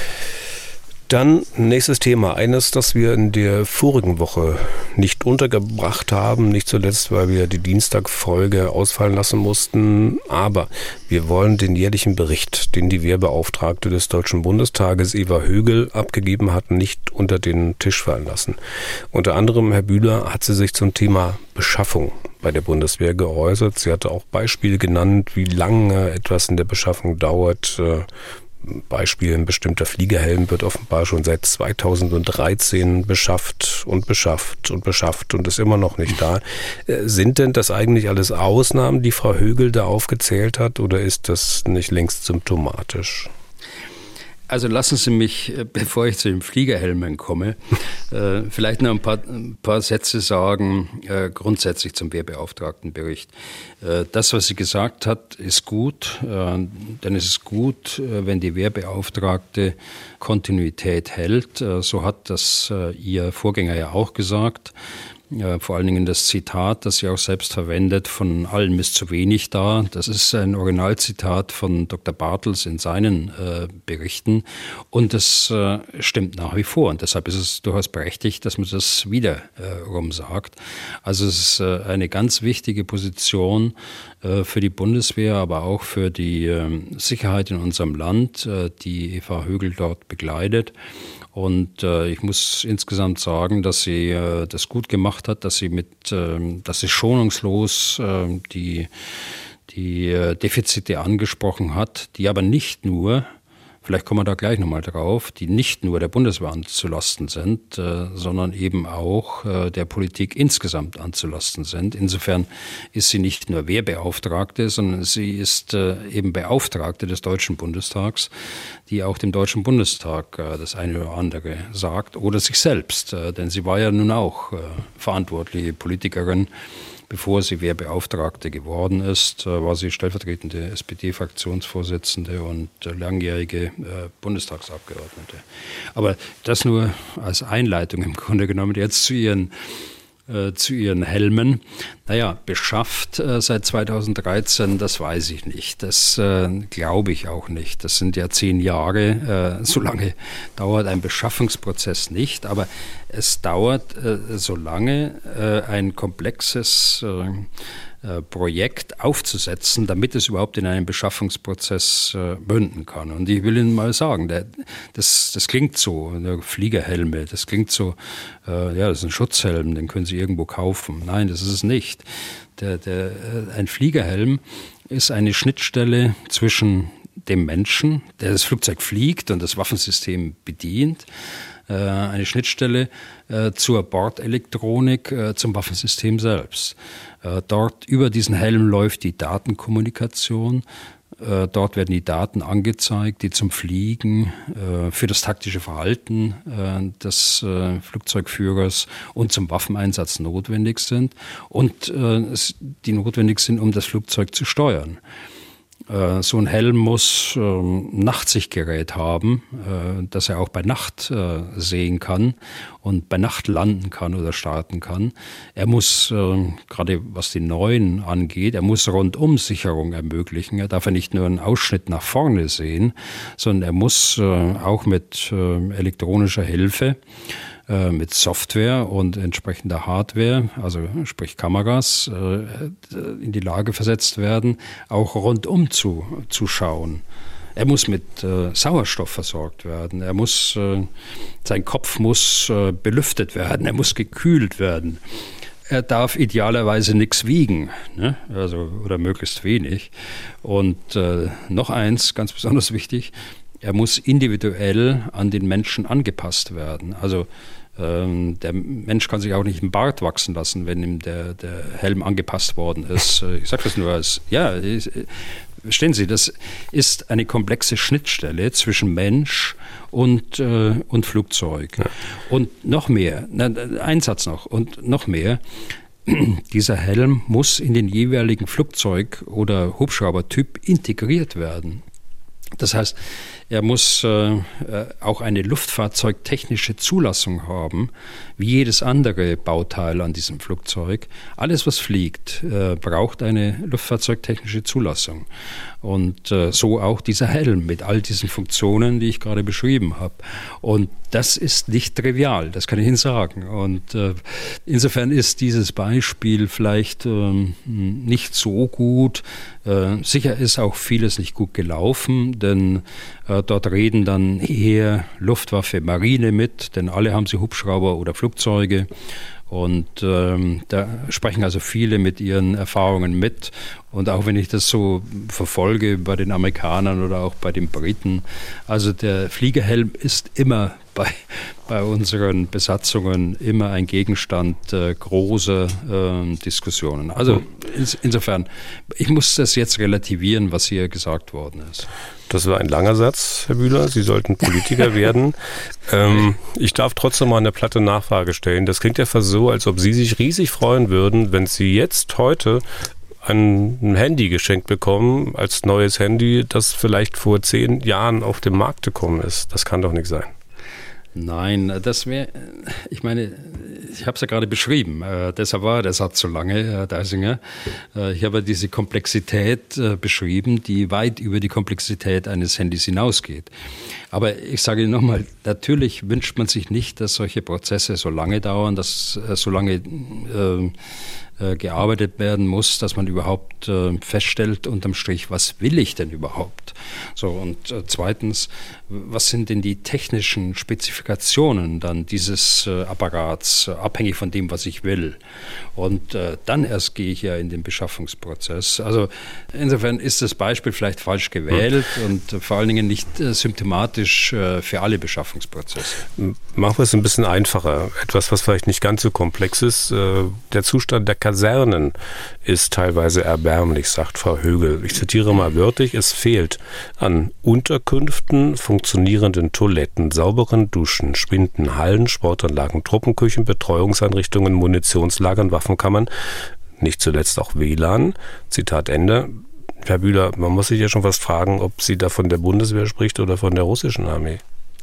Dann nächstes Thema, eines, das wir in der vorigen Woche nicht untergebracht haben, nicht zuletzt, weil wir die Dienstagfolge ausfallen lassen mussten, aber wir wollen den jährlichen Bericht, den die Wehrbeauftragte des Deutschen Bundestages Eva Högel abgegeben hat, nicht unter den Tisch fallen lassen. Unter anderem, Herr Bühler, hat sie sich zum Thema Beschaffung bei der Bundeswehr geäußert. Sie hatte auch Beispiele genannt, wie lange etwas in der Beschaffung dauert. Beispiel, ein bestimmter Fliegerhelm wird offenbar schon seit zweitausenddreizehn beschafft und beschafft und beschafft und ist immer noch nicht da. Sind denn das eigentlich alles Ausnahmen, die Frau Högel da aufgezählt hat, oder ist das nicht längst symptomatisch? Also lassen Sie mich, bevor ich zu den Fliegerhelmen komme, äh, vielleicht noch ein paar, ein paar Sätze sagen, äh, grundsätzlich zum Wehrbeauftragtenbericht. Äh, das, was sie gesagt hat, ist gut, äh, denn es ist gut, äh, wenn die Wehrbeauftragte Kontinuität hält. Äh, so hat das äh, ihr Vorgänger ja auch gesagt. Ja, vor allen Dingen das Zitat, das sie auch selbst verwendet, von allem ist zu wenig da. Das ist ein Originalzitat von Doktor Bartels in seinen äh, Berichten und das äh, stimmt nach wie vor und deshalb ist es durchaus berechtigt, dass man das wiederum äh, sagt. Also es ist äh, eine ganz wichtige Position äh, für die Bundeswehr, aber auch für die äh, Sicherheit in unserem Land, äh, die Eva Högel dort begleitet. Und äh, ich muss insgesamt sagen, dass sie äh, das gut gemacht hat, dass sie mit, äh, dass sie schonungslos äh, die, die äh, Defizite angesprochen hat, die aber nicht nur, vielleicht kommen wir da gleich nochmal drauf, die nicht nur der Bundeswehr anzulasten sind, äh, sondern eben auch äh, der Politik insgesamt anzulasten sind. Insofern ist sie nicht nur Wehrbeauftragte, sondern sie ist äh, eben Beauftragte des Deutschen Bundestags, die auch dem Deutschen Bundestag äh, das eine oder andere sagt oder sich selbst. Äh, denn sie war ja nun auch äh, verantwortliche Politikerin. Bevor sie Wehrbeauftragte geworden ist, war sie stellvertretende S P D-Fraktionsvorsitzende und langjährige Bundestagsabgeordnete. Aber das nur als Einleitung im Grunde genommen. Jetzt zu ihren, äh, zu ihren Helmen. Naja, beschafft äh, seit zweitausenddreizehn, das weiß ich nicht. Das äh, glaube ich auch nicht. Das sind ja zehn Jahre. Äh, so lange dauert ein Beschaffungsprozess nicht. Aber es dauert äh, so lange, äh, ein komplexes äh, Projekt aufzusetzen, damit es überhaupt in einen Beschaffungsprozess äh, münden kann. Und ich will Ihnen mal sagen, der, das, das klingt so, ne, Fliegerhelme, das klingt so, äh, ja, das ist ein Schutzhelm, den können Sie irgendwo kaufen. Nein, das ist es nicht. Der, der, ein Fliegerhelm ist eine Schnittstelle zwischen dem Menschen, der das Flugzeug fliegt und das Waffensystem bedient, eine Schnittstelle äh, zur Bordelektronik, äh, zum Waffensystem selbst. Äh, dort über diesen Helm läuft die Datenkommunikation. Äh, dort werden die Daten angezeigt, die zum Fliegen, äh, für das taktische Verhalten äh, des äh, Flugzeugführers und zum Waffeneinsatz notwendig sind und äh, die notwendig sind, um das Flugzeug zu steuern. So ein Helm muss äh, Nachtsichtgerät haben, äh, dass er auch bei Nacht äh, sehen kann und bei Nacht landen kann oder starten kann. Er muss, äh, gerade was die neuen angeht, er muss Rundumsicherung ermöglichen. Er darf ja nicht nur einen Ausschnitt nach vorne sehen, sondern er muss äh, auch mit äh, elektronischer Hilfe, mit Software und entsprechender Hardware, also sprich Kameras, in die Lage versetzt werden, auch rundum zu, zu schauen. Er muss mit äh, Sauerstoff versorgt werden. Er muss, äh, sein Kopf muss äh, belüftet werden. Er muss gekühlt werden. Er darf idealerweise nichts wiegen, ne? Also, oder möglichst wenig. Und äh, noch eins, ganz besonders wichtig, er muss individuell an den Menschen angepasst werden. Also ähm, der Mensch kann sich auch nicht einen Bart wachsen lassen, wenn ihm der, der Helm angepasst worden ist. Ich sage das nur als, ja, verstehen Sie, das ist eine komplexe Schnittstelle zwischen Mensch und, äh, und Flugzeug. Ja. Und noch mehr, na, ein Satz noch, und noch mehr, dieser Helm muss in den jeweiligen Flugzeug- oder Hubschraubertyp integriert werden. Das heißt, er muss äh, auch eine luftfahrzeugtechnische Zulassung haben, wie jedes andere Bauteil an diesem Flugzeug. Alles, was fliegt, äh, braucht eine luftfahrzeugtechnische Zulassung. Und äh, so auch dieser Helm mit all diesen Funktionen, die ich gerade beschrieben habe. Und das ist nicht trivial, das kann ich Ihnen sagen. Und äh, insofern ist dieses Beispiel vielleicht äh, nicht so gut. Äh, sicher ist auch vieles nicht gut gelaufen, denn äh, dort reden dann eher Luftwaffe, Marine mit, denn alle haben sie Hubschrauber oder Flugzeuge. Und ähm, da sprechen also viele mit ihren Erfahrungen mit. Und auch wenn ich das so verfolge bei den Amerikanern oder auch bei den Briten, also der Fliegerhelm ist immer bei, bei unseren Besatzungen immer ein Gegenstand äh, großer äh, Diskussionen. Also ins, insofern, ich muss das jetzt relativieren, was hier gesagt worden ist. Das war ein langer Satz, Herr Bühler. Sie sollten Politiker werden. Ähm, ich darf trotzdem mal eine platte Nachfrage stellen. Das klingt ja fast so, als ob Sie sich riesig freuen würden, wenn Sie jetzt heute ein Handy geschenkt bekommen als neues Handy, das vielleicht vor zehn Jahren auf den Markt gekommen ist. Das kann doch nicht sein. Nein, das wäre, ich meine, ich habe es ja gerade beschrieben, äh, deshalb war der Satz so lange, Herr Deisinger. Äh, ich habe diese Komplexität äh, beschrieben, die weit über die Komplexität eines Handys hinausgeht. Aber ich sage Ihnen nochmal, natürlich wünscht man sich nicht, dass solche Prozesse so lange dauern, dass äh, so lange äh, gearbeitet werden muss, dass man überhaupt äh, feststellt unterm Strich, was will ich denn überhaupt? So, und äh, zweitens, was sind denn die technischen Spezifikationen dann dieses äh, Apparats, äh, abhängig von dem, was ich will? Und äh, dann erst gehe ich ja in den Beschaffungsprozess. Also insofern ist das Beispiel vielleicht falsch gewählt hm. und äh, vor allen Dingen nicht äh, symptomatisch äh, für alle Beschaffungsprozesse. Machen wir es ein bisschen einfacher. Etwas, was vielleicht nicht ganz so komplex ist. Äh, der Zustand der Kasernen ist teilweise erbärmlich, sagt Frau Högel. Ich zitiere mal wörtlich, es fehlt an Unterkünften, funktionierenden Toiletten, sauberen Duschen, Spinden, Hallen, Sportanlagen, Truppenküchen, Betreuungseinrichtungen, Munitionslagern, Waffenkammern, nicht zuletzt auch W L A N. Zitat Ende. Herr Bühler, man muss sich ja schon fast fragen, ob sie da von der Bundeswehr spricht oder von der russischen Armee.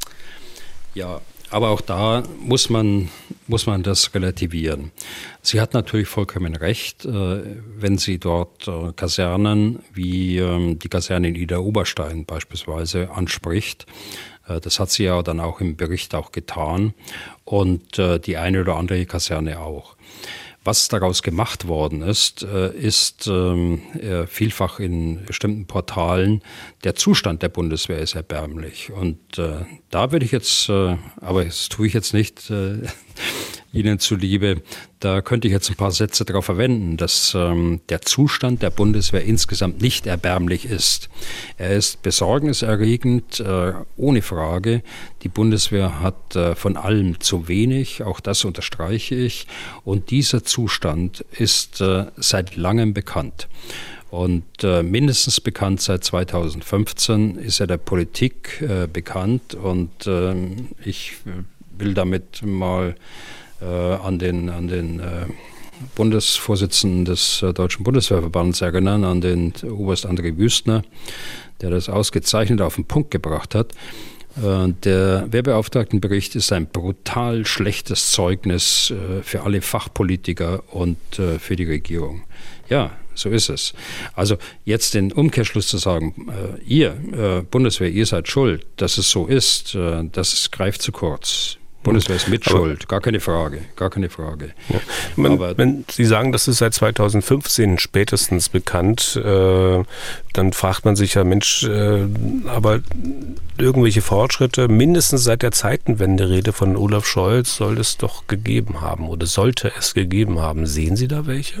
Ja, aber auch da muss man, muss man das relativieren. Sie hat natürlich vollkommen recht, wenn sie dort Kasernen wie die Kaserne in Idar-Oberstein beispielsweise anspricht. Das hat sie ja dann auch im Bericht auch getan und die eine oder andere Kaserne auch. Was daraus gemacht worden ist, ist vielfach in bestimmten Portalen, der Zustand der Bundeswehr ist erbärmlich. Und da würde ich jetzt, aber das tue ich jetzt nicht, Ihnen zuliebe, da könnte ich jetzt ein paar Sätze darauf verwenden, dass ähm, der Zustand der Bundeswehr insgesamt nicht erbärmlich ist. Er ist besorgniserregend, äh, ohne Frage. Die Bundeswehr hat äh, von allem zu wenig, auch das unterstreiche ich. Und dieser Zustand ist äh, seit langem bekannt. Und äh, mindestens bekannt seit zweitausendfünfzehn ist er der Politik äh, bekannt. Und äh, ich will damit mal Äh, an den, an den äh, Bundesvorsitzenden des äh, Deutschen Bundeswehrverbands erinnern, an den Oberst André Wüstner, der das ausgezeichnet auf den Punkt gebracht hat. Äh, der Wehrbeauftragtenbericht ist ein brutal schlechtes Zeugnis äh, für alle Fachpolitiker und äh, für die Regierung. Ja, so ist es. Also jetzt den Umkehrschluss zu sagen, äh, ihr, äh, Bundeswehr, ihr seid schuld, dass es so ist, äh, das ist, greift zu kurz. Bundeswehr ist Mitschuld, gar keine Frage, gar keine Frage. Ja. Man, aber wenn Sie sagen, das ist seit zweitausendfünfzehn spätestens bekannt, äh, dann fragt man sich ja, Mensch, äh, aber irgendwelche Fortschritte, mindestens seit der Zeitenwende-Rede von Olaf Scholz, soll es doch gegeben haben oder sollte es gegeben haben. Sehen Sie da welche?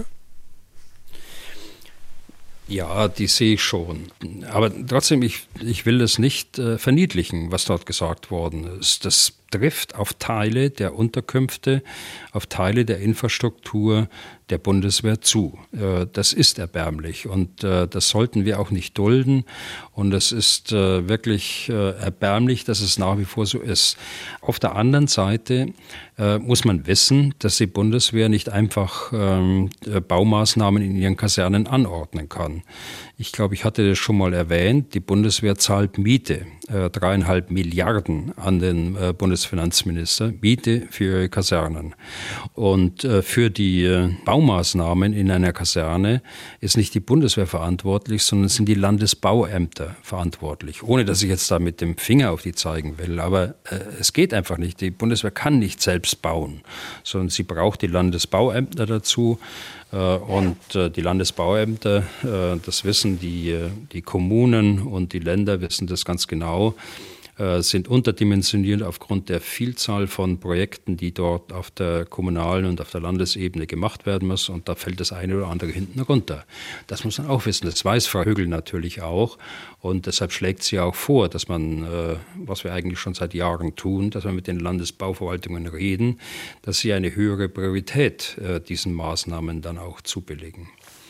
Ja, die sehe ich schon. Aber trotzdem, ich, ich will das nicht äh, verniedlichen, was dort gesagt worden ist. Das trifft auf Teile der Unterkünfte, auf Teile der Infrastruktur der Bundeswehr zu. Äh, das ist erbärmlich und äh, das sollten wir auch nicht dulden. Und es ist äh, wirklich äh, erbärmlich, dass es nach wie vor so ist. Auf der anderen Seite äh, muss man wissen, dass die Bundeswehr nicht einfach ähm, Baumaßnahmen in ihren Kasernen anordnen kann. Ich glaube, ich hatte das schon mal erwähnt, die Bundeswehr zahlt Miete, äh, dreieinhalb Milliarden an den äh, Bundesfinanzminister, Miete für ihre Kasernen. Und äh, für die äh, Baumaßnahmen in einer Kaserne ist nicht die Bundeswehr verantwortlich, sondern sind die Landesbauämter verantwortlich. Ohne, dass ich jetzt da mit dem Finger auf die zeigen will, aber äh, es geht einfach nicht. Die Bundeswehr kann nicht selbst bauen, sondern sie braucht die Landesbauämter dazu. Und die Landesbauämter, das wissen die, die Kommunen und die Länder wissen das ganz genau, äh, sind unterdimensioniert aufgrund der Vielzahl von Projekten, die dort auf der kommunalen und auf der Landesebene gemacht werden müssen. Und da fällt das eine oder andere hinten runter. Das muss man auch wissen. Das weiß Frau Högel natürlich auch. Und deshalb schlägt sie auch vor, dass man, äh, was wir eigentlich schon seit Jahren tun, dass wir mit den Landesbauverwaltungen reden, dass sie eine höhere Priorität äh, diesen Maßnahmen dann auch zubilligen.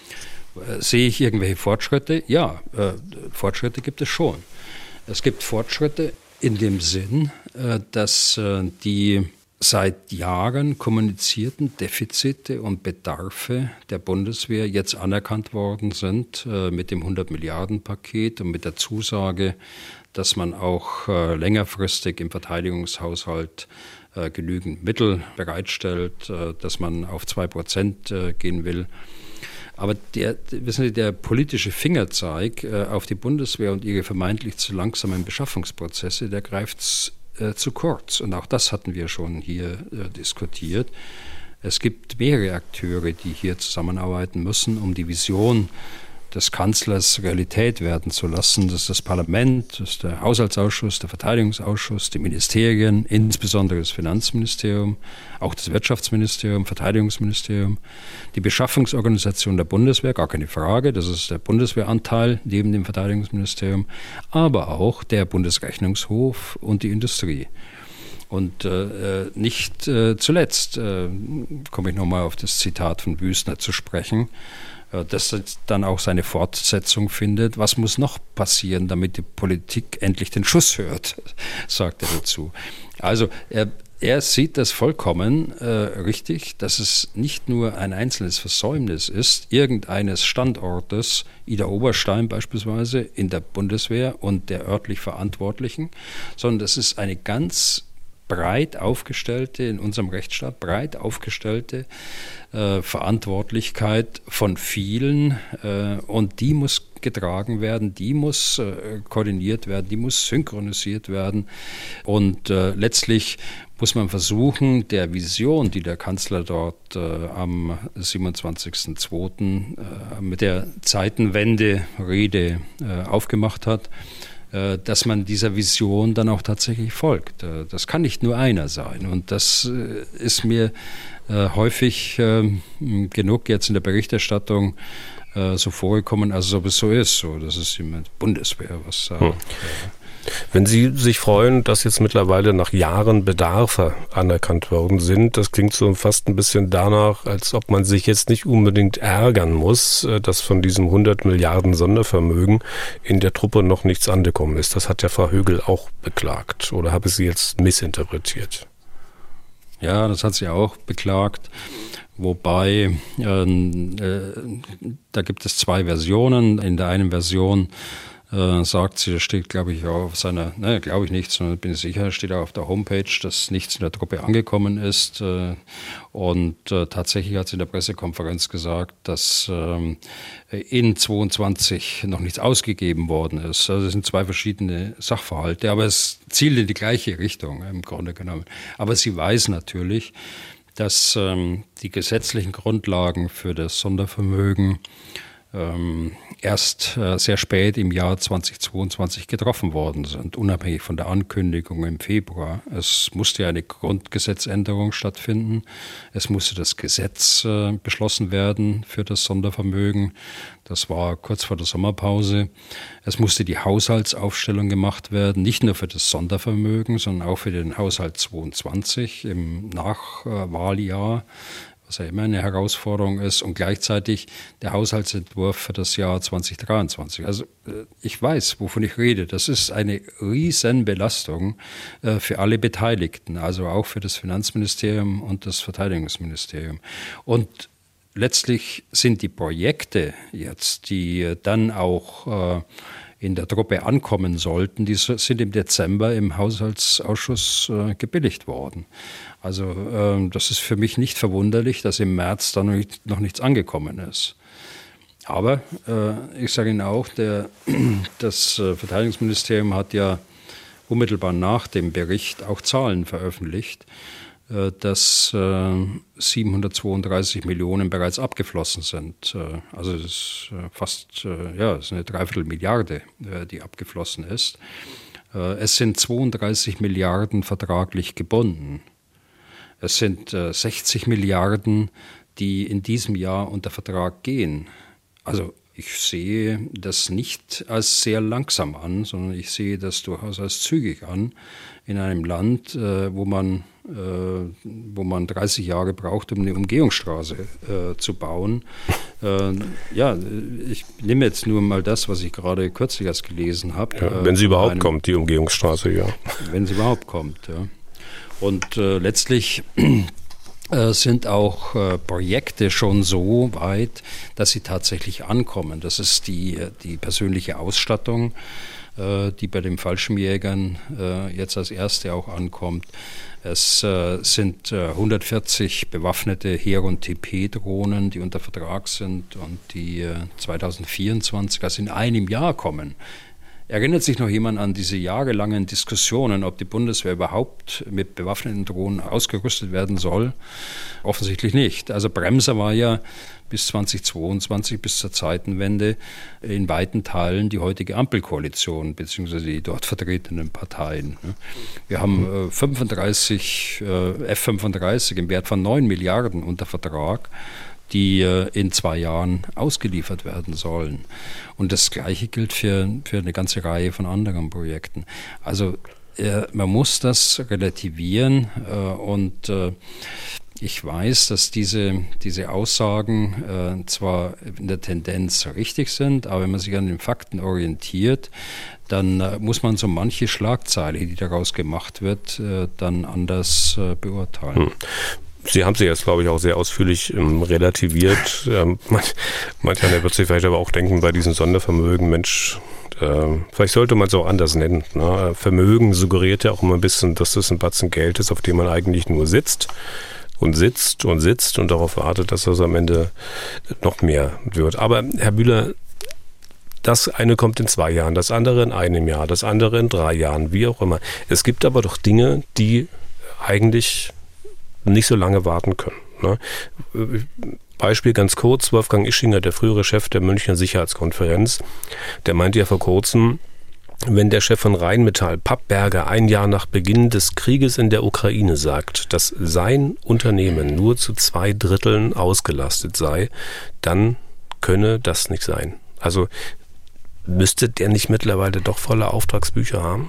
Äh, sehe ich irgendwelche Fortschritte? Ja, äh, Fortschritte gibt es schon. Es gibt Fortschritte in dem Sinn, äh, dass äh, die seit Jahren kommunizierten Defizite und Bedarfe der Bundeswehr jetzt anerkannt worden sind äh, mit dem hundert-Milliarden-Paket und mit der Zusage, dass man auch äh, längerfristig im Verteidigungshaushalt äh, genügend Mittel bereitstellt, äh, dass man auf zwei Prozent äh, gehen will. Aber der, wissen Sie, der politische Fingerzeig äh, auf die Bundeswehr und ihre vermeintlich zu langsamen Beschaffungsprozesse, der greift äh, zu kurz. Und auch das hatten wir schon hier äh, diskutiert. Es gibt mehrere Akteure, die hier zusammenarbeiten müssen, um die Vision des Kanzlers Realität werden zu lassen. Das ist das Parlament, das ist der Haushaltsausschuss, der Verteidigungsausschuss, die Ministerien, insbesondere das Finanzministerium, auch das Wirtschaftsministerium, Verteidigungsministerium, die Beschaffungsorganisation der Bundeswehr, gar keine Frage, das ist der Bundeswehranteil neben dem Verteidigungsministerium, aber auch der Bundesrechnungshof und die Industrie. Und äh, nicht äh, zuletzt äh, komme ich nochmal auf das Zitat von Wüstner zu sprechen, dass das dann auch seine Fortsetzung findet. Was muss noch passieren, damit die Politik endlich den Schuss hört, sagt er dazu. Also er, er sieht das vollkommen äh, richtig, dass es nicht nur ein einzelnes Versäumnis ist, irgendeines Standortes, Ida Oberstein beispielsweise, in der Bundeswehr und der örtlich Verantwortlichen, sondern das ist eine ganz breit aufgestellte, in unserem Rechtsstaat breit aufgestellte äh, Verantwortlichkeit von vielen äh, und die muss getragen werden, die muss äh, koordiniert werden, die muss synchronisiert werden und äh, letztlich muss man versuchen, der Vision, die der Kanzler dort äh, am siebenundzwanzigsten zweiten Äh, mit der Zeitenwende-Rede äh, aufgemacht hat, dass man dieser Vision dann auch tatsächlich folgt. Das kann nicht nur einer sein. Und das ist mir häufig genug jetzt in der Berichterstattung so vorgekommen, als ob es so ist. So, das ist immer Bundeswehr, was sagt. Hm. Wenn Sie sich freuen, dass jetzt mittlerweile nach Jahren Bedarfe anerkannt worden sind, das klingt so fast ein bisschen danach, als ob man sich jetzt nicht unbedingt ärgern muss, dass von diesem hundert Milliarden Sondervermögen in der Truppe noch nichts angekommen ist. Das hat ja Frau Högel auch beklagt. Oder habe ich sie jetzt missinterpretiert? Ja, das hat sie auch beklagt. Wobei, äh, äh, da gibt es zwei Versionen. In der einen Version Äh, sagt sie, das steht, glaube ich, auch auf seiner, ne, glaube ich nicht, sondern bin sicher, steht auch auf der Homepage, dass nichts in der Truppe angekommen ist. Äh, und äh, tatsächlich hat sie in der Pressekonferenz gesagt, dass ähm, in zweiundzwanzig noch nichts ausgegeben worden ist. Also es sind zwei verschiedene Sachverhalte, aber es zielt in die gleiche Richtung im Grunde genommen. Aber sie weiß natürlich, dass ähm, die gesetzlichen Grundlagen für das Sondervermögen ähm, erst äh, sehr spät im Jahr zweitausendzweiundzwanzig getroffen worden sind, unabhängig von der Ankündigung im Februar. Es musste ja eine Grundgesetzänderung stattfinden. Es musste das Gesetz äh, beschlossen werden für das Sondervermögen. Das war kurz vor der Sommerpause. Es musste die Haushaltsaufstellung gemacht werden, nicht nur für das Sondervermögen, sondern auch für den Haushalt zweiundzwanzig im Nachwahljahr, was ja immer eine Herausforderung ist, und gleichzeitig der Haushaltsentwurf für das Jahr zweitausenddreiundzwanzig. Also ich weiß, wovon ich rede. Das ist eine riesen Belastung äh, für alle Beteiligten, also auch für das Finanzministerium und das Verteidigungsministerium. Und letztlich sind die Projekte jetzt, die dann auch äh, in der Truppe ankommen sollten, die sind im Dezember im Haushaltsausschuss äh, gebilligt worden. Also äh, das ist für mich nicht verwunderlich, dass im März da noch, nicht, noch nichts angekommen ist. Aber äh, ich sage Ihnen auch, der, das äh, Verteidigungsministerium hat ja unmittelbar nach dem Bericht auch Zahlen veröffentlicht, äh, dass äh, siebenhundertzweiunddreißig Millionen bereits abgeflossen sind. Äh, also das ist äh, fast äh, ja, das ist eine Dreiviertel Milliarde, äh, die abgeflossen ist. Es sind zweiunddreißig Milliarden vertraglich gebunden. Es sind sechzig Milliarden, die in diesem Jahr unter Vertrag gehen. Also ich sehe das nicht als sehr langsam an, sondern ich sehe das durchaus als zügig an in einem Land, wo man, wo man dreißig Jahre braucht, um eine Umgehungsstraße zu bauen. Ja, ich nehme jetzt nur mal das, was ich gerade kürzlich erst gelesen habe. Ja, wenn sie überhaupt einem, kommt, die Umgehungsstraße, ja. Wenn sie überhaupt kommt, ja. Und äh, letztlich äh, sind auch äh, Projekte schon so weit, dass sie tatsächlich ankommen. Das ist die, die persönliche Ausstattung, äh, die bei den Fallschirmjägern äh, jetzt als erste auch ankommt. Es äh, sind äh, hundertvierzig bewaffnete Heer- und T P-Drohnen, die unter Vertrag sind und die äh, zweitausendvierundzwanzig, also in einem Jahr kommen. Erinnert sich noch jemand an diese jahrelangen Diskussionen, ob die Bundeswehr überhaupt mit bewaffneten Drohnen ausgerüstet werden soll? Offensichtlich nicht. Also Bremser war ja bis zweitausendzweiundzwanzig, bis zur Zeitenwende, in weiten Teilen die heutige Ampelkoalition, beziehungsweise die dort vertretenen Parteien. Wir haben fünfunddreißig F fünfunddreißig im Wert von neun Milliarden unter Vertrag, die in zwei Jahren ausgeliefert werden sollen. Und das Gleiche gilt für, für eine ganze Reihe von anderen Projekten. Also äh, man muss das relativieren äh, und äh, ich weiß, dass diese, diese Aussagen äh, zwar in der Tendenz richtig sind, aber wenn man sich an den Fakten orientiert, dann äh, muss man so manche Schlagzeile, die daraus gemacht wird, äh, dann anders äh, beurteilen. Hm. Sie haben sie jetzt, glaube ich, auch sehr ausführlich ähm, relativiert. Ähm, manch, manch einer wird sich vielleicht aber auch denken, bei diesen Sondervermögen, Mensch, äh, vielleicht sollte man es auch anders nennen. Ne? Vermögen suggeriert ja auch immer ein bisschen, dass das ein Batzen Geld ist, auf dem man eigentlich nur sitzt und sitzt und sitzt und darauf wartet, dass das am Ende noch mehr wird. Aber Herr Bühler, das eine kommt in zwei Jahren, das andere in einem Jahr, das andere in drei Jahren, wie auch immer. Es gibt aber doch Dinge, die eigentlich nicht so lange warten können. Ne? Beispiel ganz kurz, Wolfgang Ischinger, der frühere Chef der Münchner Sicherheitskonferenz, der meinte ja vor kurzem, wenn der Chef von Rheinmetall, Pappberger, ein Jahr nach Beginn des Krieges in der Ukraine sagt, dass sein Unternehmen nur zu zwei Dritteln ausgelastet sei, dann könne das nicht sein. Also müsste der nicht mittlerweile doch volle Auftragsbücher haben?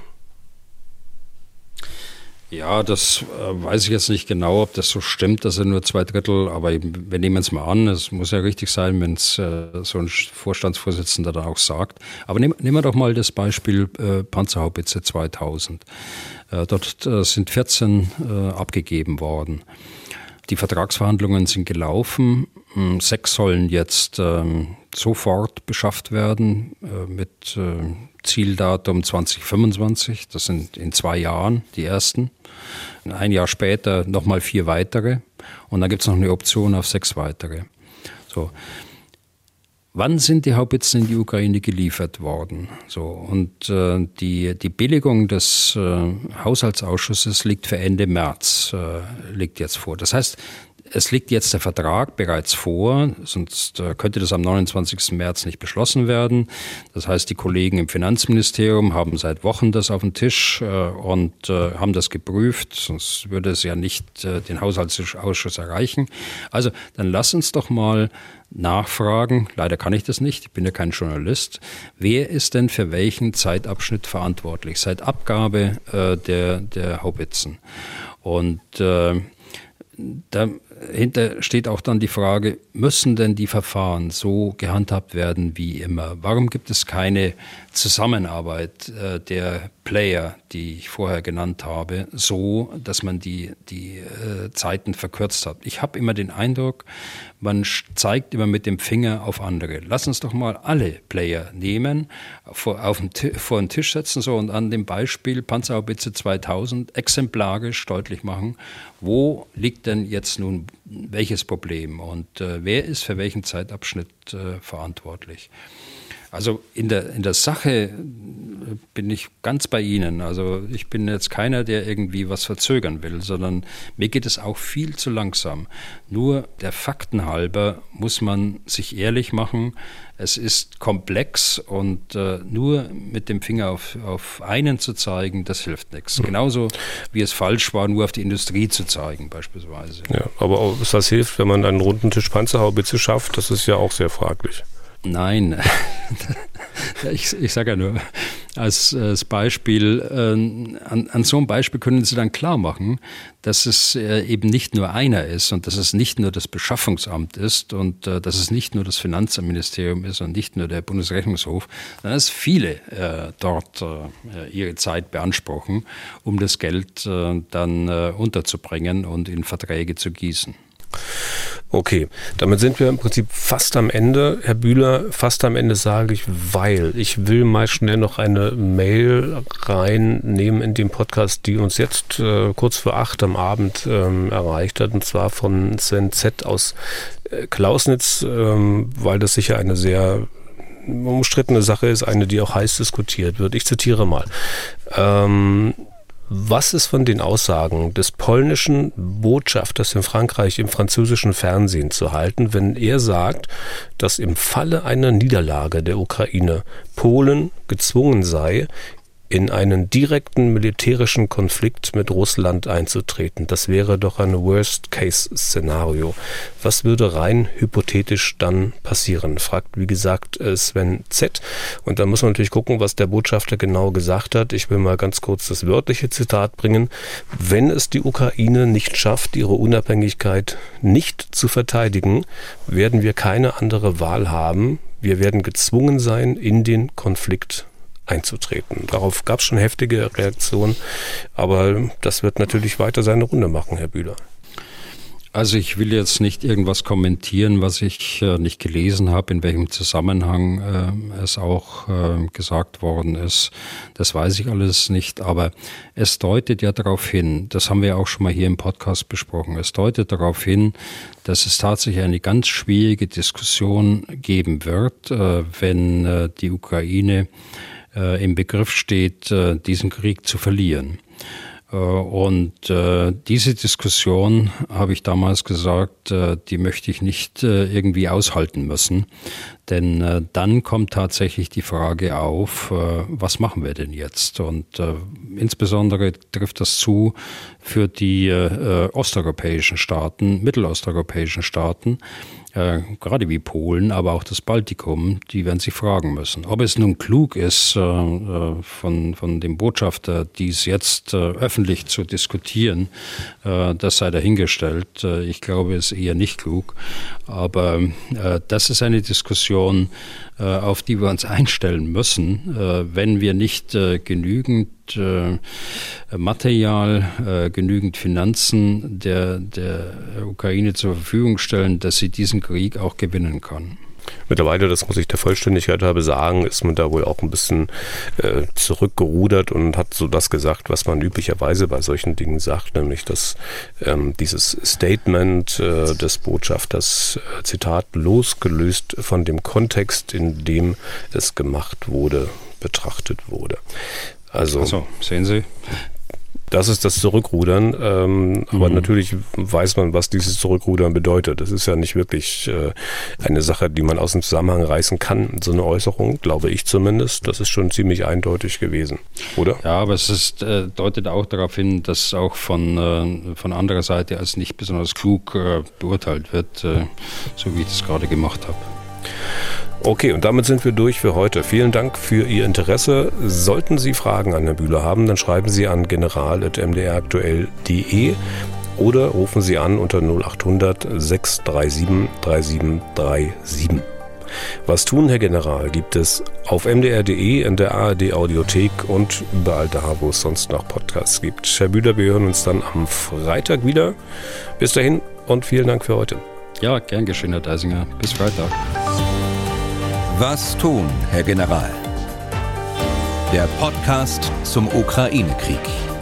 Ja, das äh, weiß ich jetzt nicht genau, ob das so stimmt, dass er nur zwei Drittel, aber wir nehmen es mal an, es muss ja richtig sein, wenn es äh, so ein Vorstandsvorsitzender da auch sagt. Aber nehm, nehmen wir doch mal das Beispiel äh, Panzerhaubitze zweitausend. Äh, dort äh, sind vierzehn äh, abgegeben worden. Die Vertragsverhandlungen sind gelaufen. Sechs sollen jetzt ähm, sofort beschafft werden äh, mit äh, Zieldatum zwanzig fünfundzwanzig. Das sind in zwei Jahren die ersten. Ein Jahr später nochmal vier weitere. Und dann gibt es noch eine Option auf sechs weitere. So. Wann sind die Haubitzen in die Ukraine geliefert worden? So, und äh, die, die Billigung des äh, Haushaltsausschusses liegt für Ende März, äh, liegt jetzt vor. Das heißt, es liegt jetzt der Vertrag bereits vor, sonst äh, könnte das am neunundzwanzigsten März nicht beschlossen werden. Das heißt, die Kollegen im Finanzministerium haben seit Wochen das auf dem Tisch äh, und äh, haben das geprüft, sonst würde es ja nicht äh, den Haushaltsausschuss erreichen. Also dann lass uns doch mal nachfragen, leider kann ich das nicht, ich bin ja kein Journalist, wer ist denn für welchen Zeitabschnitt verantwortlich seit Abgabe äh, der, der Haubitzen? Und äh, dahinter steht auch dann die Frage, müssen denn die Verfahren so gehandhabt werden wie immer? Warum gibt es keine Zusammenarbeit äh, der Player, die ich vorher genannt habe, so, dass man die, die äh, Zeiten verkürzt hat? Ich habe immer den Eindruck, man zeigt immer mit dem Finger auf andere. Lass uns doch mal alle Player nehmen, vor, auf den, vor den Tisch setzen so, und an dem Beispiel Panzerhaubitze zweitausend exemplarisch deutlich machen, wo liegt denn jetzt nun welches Problem und äh, wer ist für welchen Zeitabschnitt äh, verantwortlich. Also in der, in der Sache bin ich ganz bei Ihnen. Also ich bin jetzt keiner, der irgendwie was verzögern will, sondern mir geht es auch viel zu langsam. Nur der Fakten halber muss man sich ehrlich machen. Es ist komplex und äh, nur mit dem Finger auf, auf einen zu zeigen, das hilft nichts. Mhm. Genauso wie es falsch war, nur auf die Industrie zu zeigen beispielsweise. Ja, aber auch, was hilft, wenn man einen runden Tisch Panzerhaubitze schafft, das ist ja auch sehr fraglich. Nein, ich, ich sage ja nur, als, als Beispiel, äh, an, an so einem Beispiel können Sie dann klar machen, dass es äh, eben nicht nur einer ist und dass es nicht nur das Beschaffungsamt ist und äh, dass es nicht nur das Finanzministerium ist und nicht nur der Bundesrechnungshof, sondern dass viele äh, dort äh, ihre Zeit beanspruchen, um das Geld äh, dann äh, unterzubringen und in Verträge zu gießen. Okay, damit sind wir im Prinzip fast am Ende. Herr Bühler, fast am Ende sage ich, weil ich will mal schnell noch eine Mail reinnehmen in den Podcast, die uns jetzt äh, kurz vor acht am Abend ähm, erreicht hat, und zwar von Sven Z. aus äh, Klausnitz, ähm, weil das sicher eine sehr umstrittene Sache ist, eine, die auch heiß diskutiert wird. Ich zitiere mal. Ähm, Was ist von den Aussagen des polnischen Botschafters in Frankreich im französischen Fernsehen zu halten, wenn er sagt, dass im Falle einer Niederlage der Ukraine Polen gezwungen sei, in einen direkten militärischen Konflikt mit Russland einzutreten? Das wäre doch ein Worst-Case-Szenario. Was würde rein hypothetisch dann passieren? Fragt, wie gesagt, Sven Z. Und da muss man natürlich gucken, was der Botschafter genau gesagt hat. Ich will mal ganz kurz das wörtliche Zitat bringen. Wenn es die Ukraine nicht schafft, ihre Unabhängigkeit nicht zu verteidigen, werden wir keine andere Wahl haben. Wir werden gezwungen sein, in den Konflikt einzutreten. Darauf gab es schon heftige Reaktionen, aber das wird natürlich weiter seine Runde machen, Herr Bühler. Also ich will jetzt nicht irgendwas kommentieren, was ich äh, nicht gelesen habe, in welchem Zusammenhang äh, es auch äh, gesagt worden ist. Das weiß ich alles nicht, aber es deutet ja darauf hin, das haben wir auch schon mal hier im Podcast besprochen, es deutet darauf hin, dass es tatsächlich eine ganz schwierige Diskussion geben wird, äh, wenn äh, die Ukraine äh, im Begriff steht, äh, diesen Krieg zu verlieren. Und äh, diese Diskussion, habe ich damals gesagt, äh, die möchte ich nicht äh, irgendwie aushalten müssen. Denn äh, dann kommt tatsächlich die Frage auf, äh, was machen wir denn jetzt? Und äh, insbesondere trifft das zu für die äh, osteuropäischen Staaten, mittelosteuropäischen Staaten, äh, gerade wie Polen, aber auch das Baltikum, die werden sich fragen müssen. Ob es nun klug ist, äh, von, von dem Botschafter, dies jetzt äh, öffentlich zu diskutieren, äh, das sei dahingestellt. Äh, ich glaube, es ist eher nicht klug. Aber äh, das ist eine Diskussion, äh, auf die wir uns einstellen müssen, äh, wenn wir nicht äh, genügend äh, Material, äh, genügend Finanzen der, der Ukraine zur Verfügung stellen, dass sie diesen Krieg auch gewinnen kann. Mittlerweile, das muss ich der Vollständigkeit halber sagen, ist man da wohl auch ein bisschen äh, zurückgerudert und hat so das gesagt, was man üblicherweise bei solchen Dingen sagt, nämlich dass ähm, dieses Statement äh, des Botschafters, äh, Zitat, losgelöst von dem Kontext, in dem es gemacht wurde, betrachtet wurde. Also, Ach so, sehen Sie. Das ist das Zurückrudern, ähm, mhm. aber natürlich weiß man, was dieses Zurückrudern bedeutet. Das ist ja nicht wirklich äh, eine Sache, die man aus dem Zusammenhang reißen kann. So eine Äußerung, glaube ich zumindest, das ist schon ziemlich eindeutig gewesen, oder? Ja, aber es ist, äh, deutet auch darauf hin, dass auch von, äh, von anderer Seite als nicht besonders klug äh, beurteilt wird, äh, so wie ich das gerade gemacht habe. Okay, und damit sind wir durch für heute. Vielen Dank für Ihr Interesse. Sollten Sie Fragen an Herrn Bühler haben, dann schreiben Sie an general at m d r aktuell punkt d e oder rufen Sie an unter null achthundert sechs drei sieben drei sieben drei sieben. Was tun, Herr General, gibt es auf m d r punkt d e, in der A R D Audiothek und überall da, wo es sonst noch Podcasts gibt. Herr Bühler, wir hören uns dann am Freitag wieder. Bis dahin und vielen Dank für heute. Ja, gern geschehen, Herr Deisinger. Bis Freitag. Was tun, Herr General? Der Podcast zum Ukraine-Krieg.